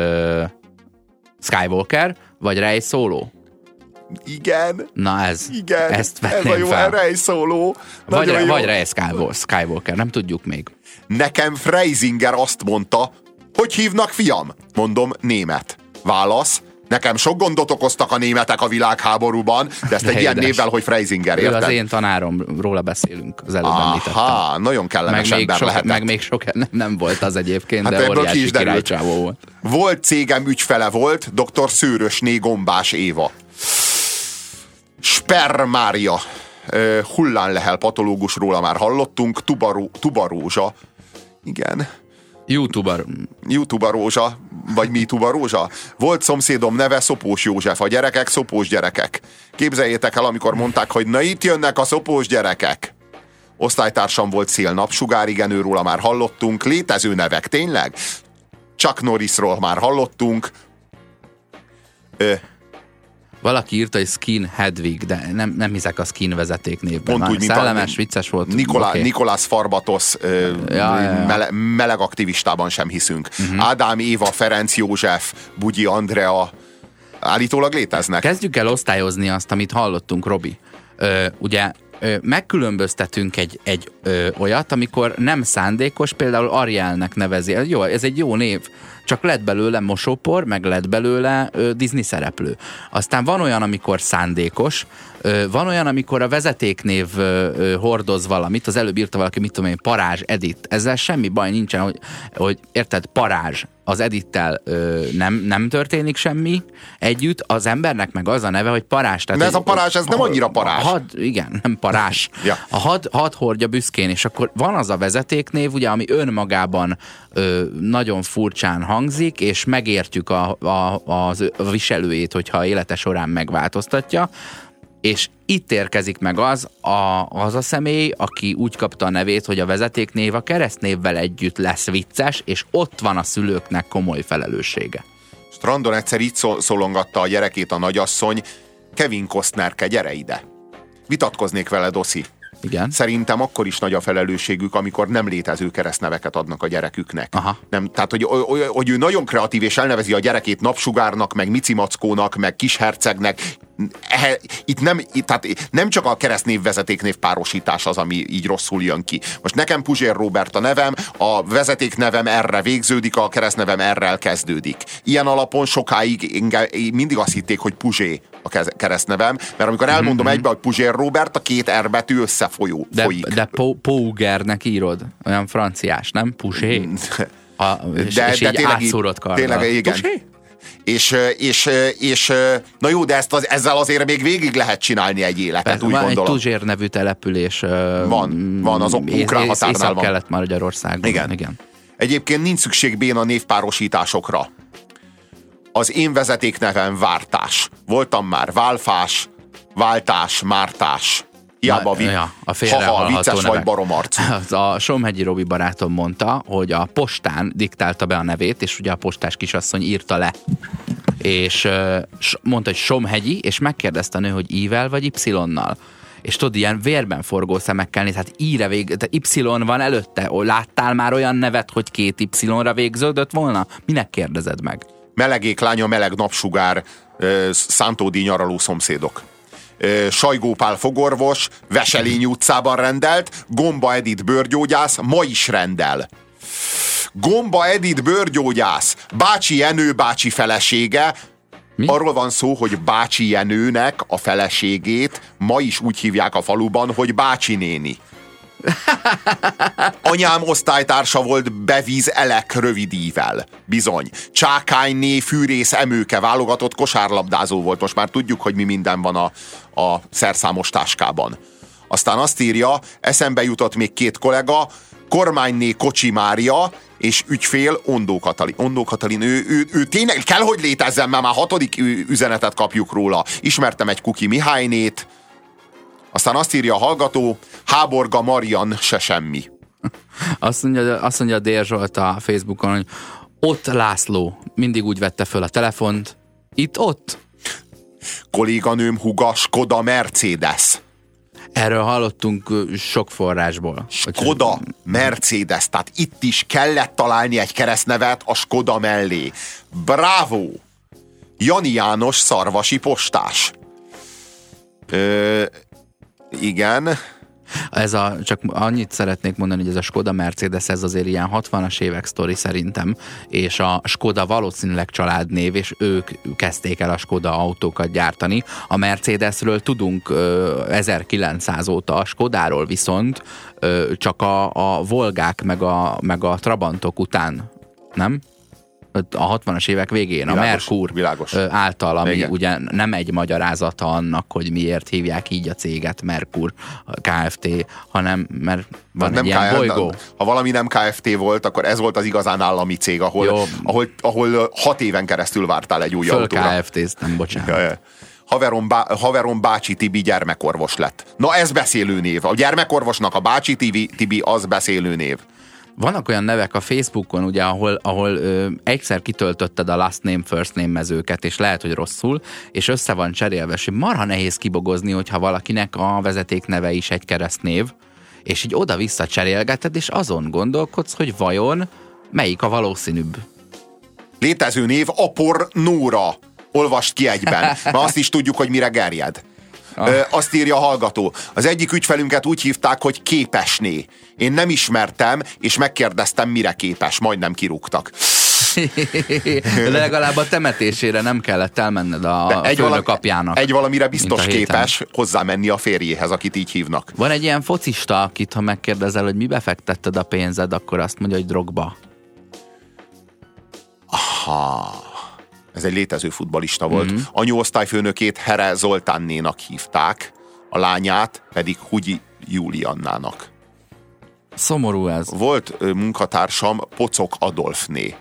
B: Skywalker, vagy Rey Solo.
C: Igen.
B: Na
C: igen,
B: ezt vetném
C: ez a jó,
B: fel.
C: Rey Solo.
B: Vagy Rey Skywalker, nem tudjuk még.
C: Nekem Freisinger azt mondta, hogy hívnak fiam? Mondom, német. Válasz, Nekem sok gondot okoztak a németek a világháborúban, de ezt egy ilyen névvel, hogy Freisinger,
B: érted?
C: érted?
B: Az én tanárom, róla beszélünk, az előbb említettem.
C: Aha, nagyon kellemes ember lehetett.
B: Meg még sok nem volt az egyébként,
C: hát
B: de óriási királycsávó volt.
C: Volt cégem ügyfele volt, dr. Szőrösné Gombás Éva. Spermária. Hullán Lehel patológus, róla már hallottunk. Tubarózsa. Igen. YouTuber Rózsa, vagy MeTuber Rózsa. Volt szomszédom neve Szopós József, a gyerekek szopós gyerekek. Képzeljétek el, amikor mondták, hogy na itt jönnek a szopós gyerekek. Osztálytársam volt Szél Napsugár, igen, őróla már hallottunk. Létező nevek, tényleg? Chuck Norrisról már hallottunk.
B: Valaki írta, hogy Skin Hedwig, de nem hiszek a Skin vezeték névben.
C: Pont úgy,
B: szellemes, vicces volt.
C: Nikolás Farbatos meleg aktivistában sem hiszünk. Ádám Éva, Ferenc József, Bugyi Andrea állítólag léteznek.
B: Kezdjük el osztályozni azt, amit hallottunk, Robi. Ugye megkülönböztetünk egy olyat, amikor nem szándékos, például Arielnek nevezi. Jó, ez egy jó név. Csak lett belőle mosópor, meg lett belőle Disney szereplő. Aztán van olyan, amikor szándékos, van olyan, amikor a vezetéknév hordoz valamit, az előbb írta valaki, mit tudom én, Parázs Edit. Ezzel semmi baj nincsen, hogy érted, Parázs, az Edittel nem történik semmi együtt, az embernek meg az a neve, hogy Parázs. Tehát
C: de ez a Parázs, ez nem annyira Parázs.
B: Igen, nem Parázs.
C: Ja.
B: A had hordja büszkén, és akkor van az a vezetéknév, ugye, ami önmagában nagyon furcsán hangzik, és megértjük a viselőjét, hogyha élete során megváltoztatja, és itt érkezik meg az a személy, aki úgy kapta a nevét, hogy a vezetéknév a keresztnévvel együtt lesz vicces, és ott van a szülőknek komoly felelőssége.
C: Strandon egyszer így szólongatta a gyerekét a nagyasszony: Kevin Costnerke, gyere ide. Vitatkoznék veled, Oszi.
B: Igen.
C: Szerintem akkor is nagy a felelősségük, amikor nem létező keresztneveket adnak a gyereküknek.
B: Aha.
C: Nem, tehát, hogy ő nagyon kreatív, és elnevezi a gyerekét Napsugárnak, meg Micimackónak, meg Kishercegnek. Tehát nem csak a keresztnév-vezetéknév párosítás az, ami így rosszul jön ki. Most nekem Puzsér Róbert a nevem, a vezetéknevem erre végződik, a keresztnevem errel kezdődik. Ilyen alapon sokáig mindig azt hitték, hogy Puzsé a keresztnevem, mert amikor elmondom egybe, hogy Puzsér Róbert, a két R betű összefolyik.
B: De Pougernek írod, olyan franciás, nem? Puzsé? És így átszúrott karddal.
C: Tényleg, igen.
B: Puzsé?
C: És na jó, de ezzel azért még végig lehet csinálni egy életet, úgy
B: van
C: gondolom.
B: Egy Tuzsér nevű település.
C: Van, az ukrán határnál van.
B: Észak-Kelet-Magyarországon. Igen.
C: Egyébként nincs szükség béna névpárosításokra. Az én vezetéknevem Vártás. Voltam már Válfás, Váltás, Mártás. Hiába vicces vagy baromarcú.
B: A Somhegyi Robi barátom mondta, hogy a postán diktálta be a nevét, és ugye a postás kisasszony írta le. És mondta, hogy Somhegyi, és megkérdezte a nő, hogy I-vel vagy Y-nal. És tudod, ilyen vérben forgó szemekkel néz, hát I-re Y van előtte. Láttál már olyan nevet, hogy 2 Y-ra végződött volna? Minek kérdezed meg?
C: Melegék lánya, meleg napsugár, Szántódi nyaraló szomszédok. Sajgó Pál fogorvos, Veselényi utcában rendelt, Gomba Edith bőrgyógyász, ma is rendel. Gomba Edith bőrgyógyász, Bácsi Jenő bácsi felesége. Mi? Arról van szó, hogy Bácsi Jenőnek a feleségét ma is úgy hívják a faluban, hogy Bácsi néni. Anyám osztálytársa volt Bevíz Elek rövid ível. Bizony. Csákányné Fűrész Emőke válogatott kosárlabdázó volt. Most már tudjuk, hogy mi minden van a szerszámos táskában. Aztán azt írja, eszembe jutott még 2 kollega, Kormányné Kocsi Mária és ügyfél Ondó Katalin. Ondó Katalin, ő tényleg kell, hogy létezzen, mert már 6. üzenetet kapjuk róla. Ismertem egy Kuki Mihálynét. Aztán azt írja a hallgató, Háborga Marian se semmi.
B: Azt mondja a Dér Zsolt a Facebookon, hogy ott László mindig úgy vette föl a telefont. Ott?
C: Kolléganőm húga Skoda Mercedes.
B: Erről hallottunk sok forrásból.
C: Skoda Mercedes, tehát itt is kellett találni egy keresztnevet a Skoda mellé. Bravo! Jani János szarvasi postás. Igen.
B: Csak annyit szeretnék mondani, hogy ez a Skoda Mercedes, ez azért ilyen 60-as évek sztori szerintem, és a Skoda valószínűleg családnév, és ők kezdték el a Skoda autókat gyártani. A Mercedesről tudunk 1900 óta, a Skodáról viszont csak a Volgák meg a Trabantok után, nem? A 60-as évek végén
C: világos,
B: a Merkur által, ami
C: igen.
B: ugye nem egy magyarázata annak, hogy miért hívják így a céget Merkur Kft., hanem mert van egy ilyen bolygó.
C: Ha valami nem Kft. Volt, akkor ez volt az igazán állami cég, ahol 6 éven keresztül vártál egy új autóra.
B: Kft. Nem, bocsánat.
C: Haverom Bácsi Tibi gyermekorvos lett. Na ez beszélő név. A gyermekorvosnak a Bácsi Tibi az beszélő név.
B: Vannak olyan nevek a Facebookon, ugye, ahol egyszer kitöltötted a last name, first name mezőket, és lehet, hogy rosszul, és össze van cserélve, és marha nehéz kibogozni, hogyha valakinek a vezetékneve is egy keresztnév, és így oda-vissza cserélgeted, és azon gondolkodsz, hogy vajon melyik a valószínűbb.
C: Létező név Apor Nóra. Olvast ki egyben, mert azt is tudjuk, hogy mire gerjed. Azt írja a hallgató. Az egyik ügyfelünket úgy hívták, hogy Képesné. Én nem ismertem, és megkérdeztem, mire képes. Majdnem kirúgtak.
B: De legalább a temetésére nem kellett elmenned a főnökapjának.
C: Egy valamire biztos képes hozzámenni a férjéhez, akit így hívnak.
B: Van egy ilyen focista, akit ha megkérdezel, hogy mibe fektetted a pénzed, akkor azt mondja, hogy drogba.
C: Aha. Ez egy létező futballista volt. Anyóosztályfőnökét Here Zoltánnénak hívták, a lányát pedig Hugyi Juliannának.
B: Szomorú ez.
C: Volt munkatársam Pocok Adolfné.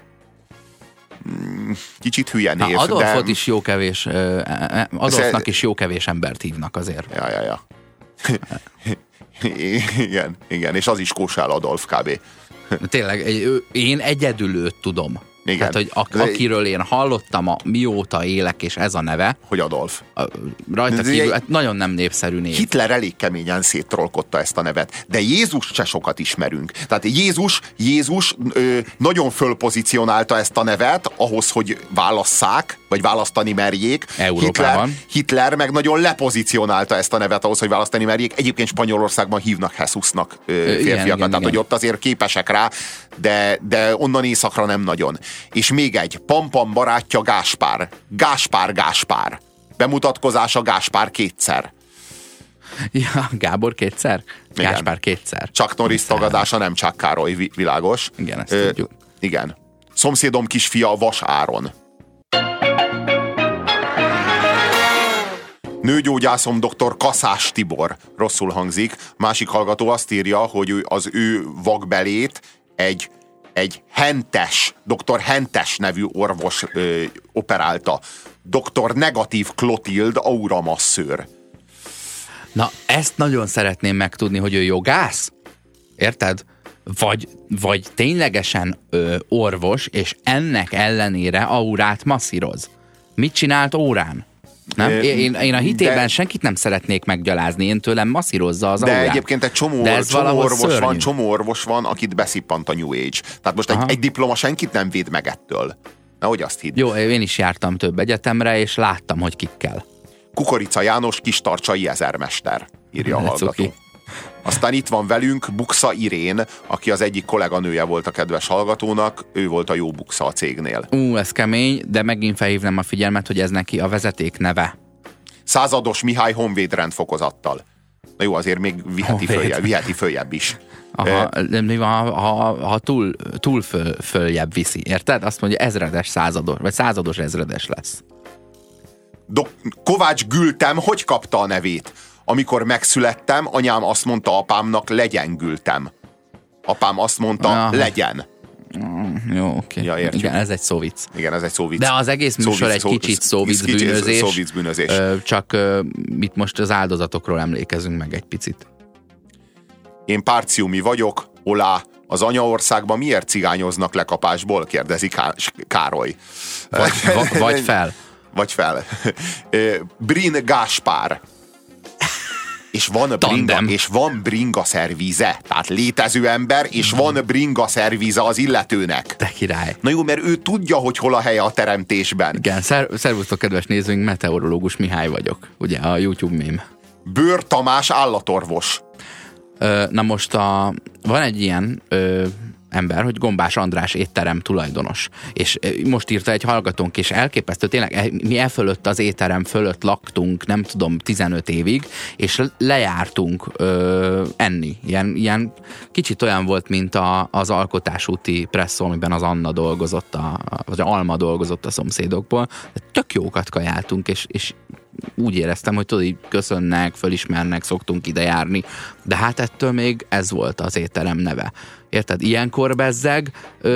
C: Kicsit hülye név.
B: Adolfot is jó kevés, Adolfnak is jó kevés embert hívnak azért.
C: Ja. igen, és az is Kósál Adolf kb.
B: Tényleg, én egyedül őt tudom.
C: Igen.
B: Tehát, hogy akiről én hallottam, mióta élek, és ez a neve.
C: Hogy Adolf.
B: Rajta kívül, nagyon nem népszerű név.
C: Hitler elég keményen széttrollkodta ezt a nevet, de Jézus se sokat ismerünk. Tehát Jézus nagyon fölpozícionálta ezt a nevet ahhoz, hogy válasszák, vagy választani merjék. Hitler meg nagyon lepozícionálta ezt a nevet ahhoz, hogy választani merjék. Egyébként Spanyolországban hívnak Jesusnak férfiakat, tehát hogy ott azért képesek rá, de onnan északra nem nagyon. És még egy, Pampam barátja Gáspár. Gáspár. Bemutatkozása Gáspár kétszer.
B: Ja, Gábor kétszer?
C: Igen.
B: Gáspár kétszer.
C: Chuck Norris tagadása nem Chuck Károly, világos.
B: Igen, ezt tudjuk.
C: Igen. Szomszédom kisfia Vas Áron. Nőgyógyászom dr. Kaszás Tibor. Rosszul hangzik. Másik hallgató azt írja, hogy az ő vakbelét egy Hentes, dr. Hentes nevű orvos operálta. Dr. Negatív Klotild auramasszőr.
B: Na, ezt nagyon szeretném megtudni, hogy ő jogász? Érted? Vagy ténylegesen orvos, és ennek ellenére aurát masszíroz. Mit csinált órán? Nem? Én a hitében senkit nem szeretnék meggyalázni, én tőlem masszírozza az aurát.
C: De egyébként egy csomó orvos van, akit beszippant a New Age. Tehát most egy diploma senkit nem véd meg ettől. Nehogy azt hidd.
B: Jó, én is jártam több egyetemre, és láttam, hogy kikkel.
C: Kukorica János kistarcsai ezermester, írja a hallgató. Aztán itt van velünk Buksa Irén, aki az egyik kolléganője volt a kedves hallgatónak, ő volt a jó Buksa a cégnél.
B: Ez kemény, de megint felhívnám a figyelmet, hogy ez neki a vezeték neve.
C: Százados Mihály honvéd rendfokozattal. Na jó, azért még viheti följebb is.
B: Ha túl följebb viszi, érted? Azt mondja, ezredes százados, vagy százados ezredes lesz.
C: Kovács Gültem hogy kapta a nevét? Amikor megszülettem, anyám azt mondta apámnak, legyen Gültem. Apám azt mondta, legyen.
B: Jó, oké.
C: Ja,
B: igen, ez egy szóvic.
C: Igen, ez egy szóvic.
B: De az egész műsor egy kicsit szóvic bűnözés. Csak itt most az áldozatokról emlékezünk meg egy picit.
C: Én párciumi vagyok, olá, az anyaországban miért cigányoznak lekapásból? Kérdezi Károly.
B: Vagy fel.
C: Vagy fel. Brin Gáspár. És van bringa szervíze. Tehát létező ember, és van bringa szervíze az illetőnek.
B: Te király.
C: Na jó, mert ő tudja, hogy hol a helye a teremtésben.
B: Igen, szervusztok, kedves nézőink, meteorológus Mihály vagyok. Ugye, a YouTube mém.
C: Bőr Tamás állatorvos.
B: Na most van egy ilyen ember, hogy Gombás András étterem tulajdonos. És most írta egy hallgatónk, és elképesztő, tényleg mi fölött az étterem fölött laktunk, nem tudom, 15 évig, és lejártunk enni. Ilyen kicsit olyan volt, mint az Alkotásúti presszó, amiben az Anna dolgozott, vagy Alma dolgozott a szomszédokból. De tök jókat kajáltunk, és úgy éreztem, hogy tudod, így köszönnek, fölismernek, szoktunk ide járni, de hát ettől még ez volt az étterem neve. Érted? Ilyenkor bezzeg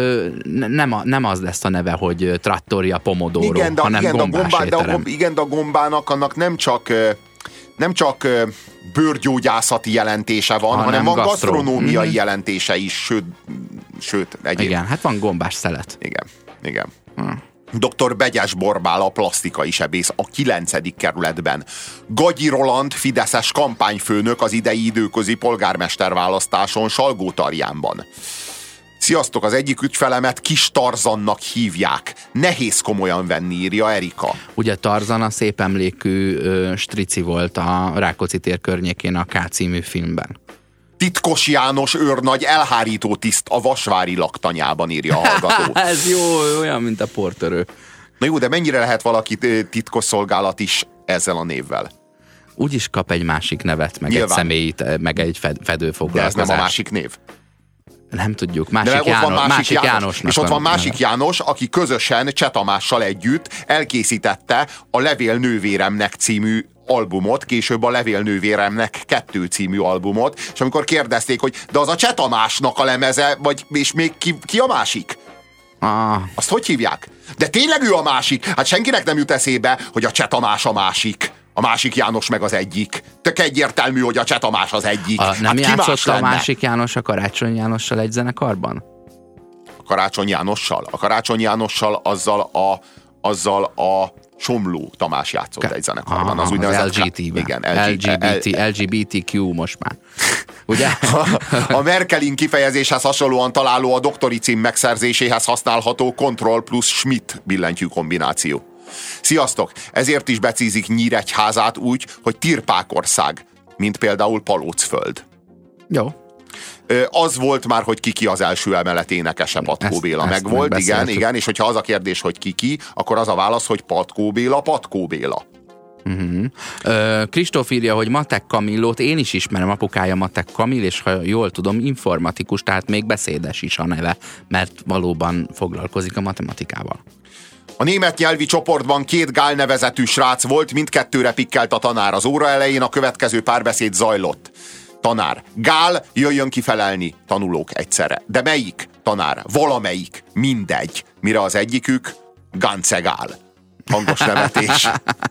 B: nem az lesz a neve, hogy Trattoria Pomodoro, hanem Gombás étterem.
C: Igen, de a gombának annak nem csak bőrgyógyászati jelentése van, hanem van gasztronómiai jelentése is, sőt egyéb.
B: Igen, hát van gombás szelet.
C: Igen. Dr. Begyes Borbál, a plastikai sebész a 9. kerületben. Gagyi Roland, fideszes kampányfőnök az idei időközi polgármesterválasztáson Salgótarjánban. Sziasztok, az egyik ügyfelemet Kis Tarzannak hívják. Nehéz komolyan venni, írja Erika.
B: Ugye Tarzan a szép emlékű strici volt a Rákóczi tér környékén a K című filmben.
C: Titkos János őrnagy elhárító tiszt a Vasvári laktanyában, írja a hallgató.
B: Ez jó, olyan, mint a portörő.
C: Na jó, de mennyire lehet valaki titkos szolgálat is ezzel a névvel?
B: Úgy is kap egy másik nevet, meg nyilván egy személyt, meg egy fedőfoglalkozást.
C: De ez nem a másik név?
B: Nem tudjuk. Másik Jánosnak.
C: És ott van másik János, aki közösen Cseh Tamással együtt elkészítette a Levél nővéremnek című albumot, később a Levél nővéremnek 2 című albumot, és amikor kérdezték, hogy de az a Cseh Tamásnak a lemeze, és még ki a másik? Azt hogy hívják? De tényleg ő a másik? Hát senkinek nem jut eszébe, hogy a Cseh Tamás a másik. A másik János meg az egyik. Tök egyértelmű, hogy a Cseh Tamás az egyik.
B: Nem játszott a másik János a Karácsony Jánossal egy zenekarban?
C: A Karácsony Jánossal? A Karácsony Jánossal azzal a Somló Tamás játszott egy zenekarban.
B: Az úgynevezett LGBTQ most már. Ugye?
C: A Merkelin kifejezéshez hasonlóan találó a doktori cím megszerzéséhez használható Control plus Schmidt billentyű kombináció. Sziasztok! Ezért is becízik Nyíregyházát úgy, hogy Tirpákország, mint például Palócföld.
B: Jó.
C: Az volt már, hogy ki az első emelet énekese, Patkó Béla. Megvolt, igen, és hogyha az a kérdés, hogy ki, akkor az a válasz, hogy Patkó Béla.
B: Kristóf írja, hogy Matek Kamillót én is ismerem, apukája Matek Kamil, és ha jól tudom, informatikus, tehát még beszédes is a neve, mert valóban foglalkozik a matematikával.
C: A német nyelvi csoportban 2 Gál nevezetű srác volt, mindkettőre pikkelt a tanár. Az óra elején a következő párbeszéd zajlott. Tanár: Gál, jöjjön kifelelni. Tanulók egyszerre: de melyik? Tanár: valamelyik, mindegy. Mire az egyikük: Gance Gál. Hangos nevetés.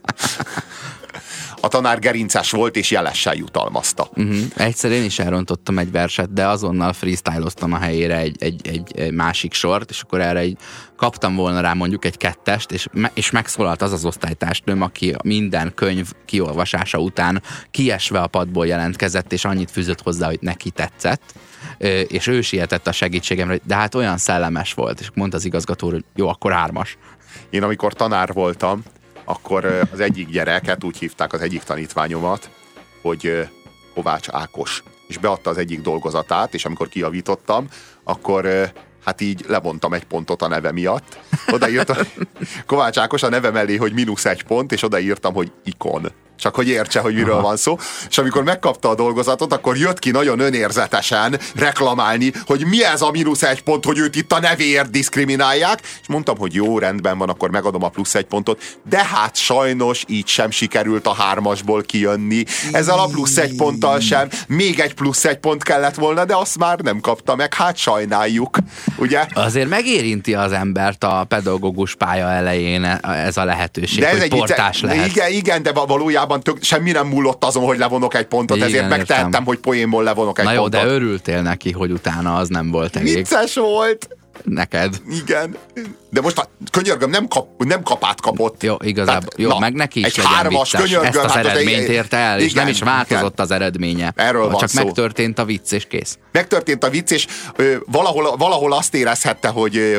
C: A tanár gerinces volt, és jelessel jutalmazta.
B: Egyszer én is elrontottam egy verset, de azonnal freestyloztam a helyére egy másik sort, és akkor erre kaptam volna rá mondjuk egy 2-est, és megszólalt az osztálytársnőm, aki minden könyv kiolvasása után kiesve a padból jelentkezett, és annyit fűzött hozzá, hogy neki tetszett, és ő sietett a segítségemre, de hát olyan szellemes volt, és mondta az igazgató, hogy jó, akkor 3-as.
C: Én amikor tanár voltam, akkor az egyik gyereket, úgy hívták az egyik tanítványomat, hogy Kovács Ákos, és beadta az egyik dolgozatát, és amikor kijavítottam, akkor hát így levontam 1 pontot a neve miatt. Odaírtam Kovács Ákos a neve mellé, hogy -1 pont, és odaírtam, hogy ikon. Csak hogy értse, hogy miről van szó. És amikor megkapta a dolgozatot, akkor jött ki nagyon önérzetesen reklamálni, hogy mi ez a -1 pont, hogy őt itt a nevéért diszkriminálják. És mondtam, hogy jó, rendben van, akkor megadom a +1 pontot. De hát sajnos így sem sikerült a 3-asból kijönni. Ezzel a +1 ponttal sem. Még egy +1 pont kellett volna, de azt már nem kapta meg. Hát sajnáljuk. Ugye?
B: Azért megérinti az embert a pedagógus pálya elején ez a lehetőség, de ez hogy portás lehet.
C: Igen, de valójában semmi nem múlott azon, hogy levonok 1 pontot, igen, ezért megtehettem, hogy poénból levonok 1 pontot.
B: Na jó, de örültél neki, hogy utána az nem volt elég.
C: Vicces volt!
B: Neked.
C: Igen. De most könyörgöm, nem kapát kapott.
B: Jó, igazából. Tehát, jó, meg neki is legyen vicces. Ezt az eredményt érte el, és nem is változott az eredménye.
C: Erről van
B: csak
C: szó.
B: Megtörtént a vicc, és kész.
C: Megtörtént a vicc, és valahol azt érezhette,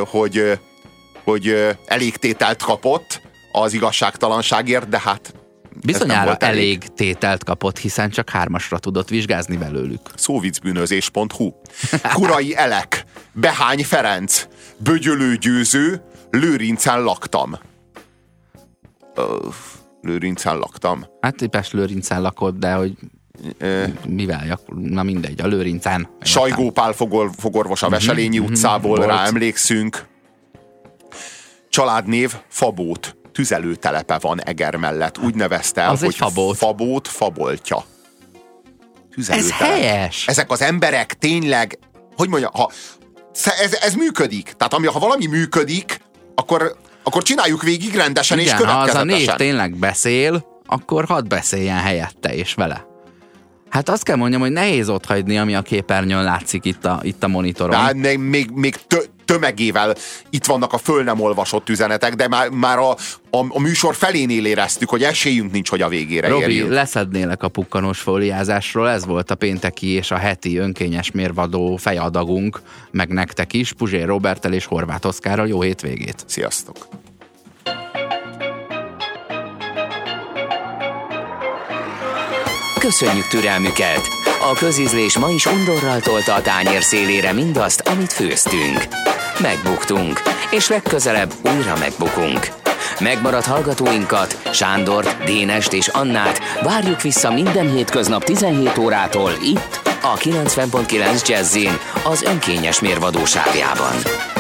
C: hogy elégtételt kapott az igazságtalanságért, de hát
B: Bizonyára elég tételt kapott, hiszen csak 3-asra tudott vizsgázni belőlük.
C: Szóvicbűnözés.hu. Kurai Elek, Behány Ferenc, Bögyölő Győző, Lőrincen laktam. Lőrincen laktam?
B: Hát Pest Lőrincen lakott, de hogy mivel? Na mindegy, a Lőrincen.
C: Sajgó Pál fogorvos a Veselényi utcából, rá emlékszünk. Családnév Fabót. Tüzelőtelepe van Eger mellett. Úgy nevezte el, hogy Fabót Faboltja.
B: Ez helyes!
C: Ezek az emberek tényleg, hogy mondja, ez működik. Tehát ha valami működik, akkor csináljuk végig rendesen. Igen, és következetesen.
B: Ha az a név tényleg beszél, akkor hadd beszéljen helyette és vele. Hát azt kell mondjam, hogy nehéz otthagyni, ami a képernyőn látszik itt a monitoron.
C: De még tömegével itt vannak a föl nem olvasott üzenetek, de már a műsor felénél éreztük, hogy esélyünk nincs, hogy a végére érjünk.
B: Robi, leszednélek a pukkanós fóliázásról, ez volt a pénteki és a heti önkényes mérvadó fejadagunk, meg nektek is, Puzsér Roberttel és Horváth Oszkárral. Jó hétvégét!
C: Sziasztok!
A: Köszönjük türelmüket! A közízlés ma is undorral tolta a tányér szélére mindazt, amit főztünk. Megbuktunk, és legközelebb újra megbukunk. Megmaradt hallgatóinkat, Sándort, Dénest és Annát várjuk vissza minden hétköznap 17 órától itt, a 90.9 Jazzin, az önkényes mérvadó sávjában.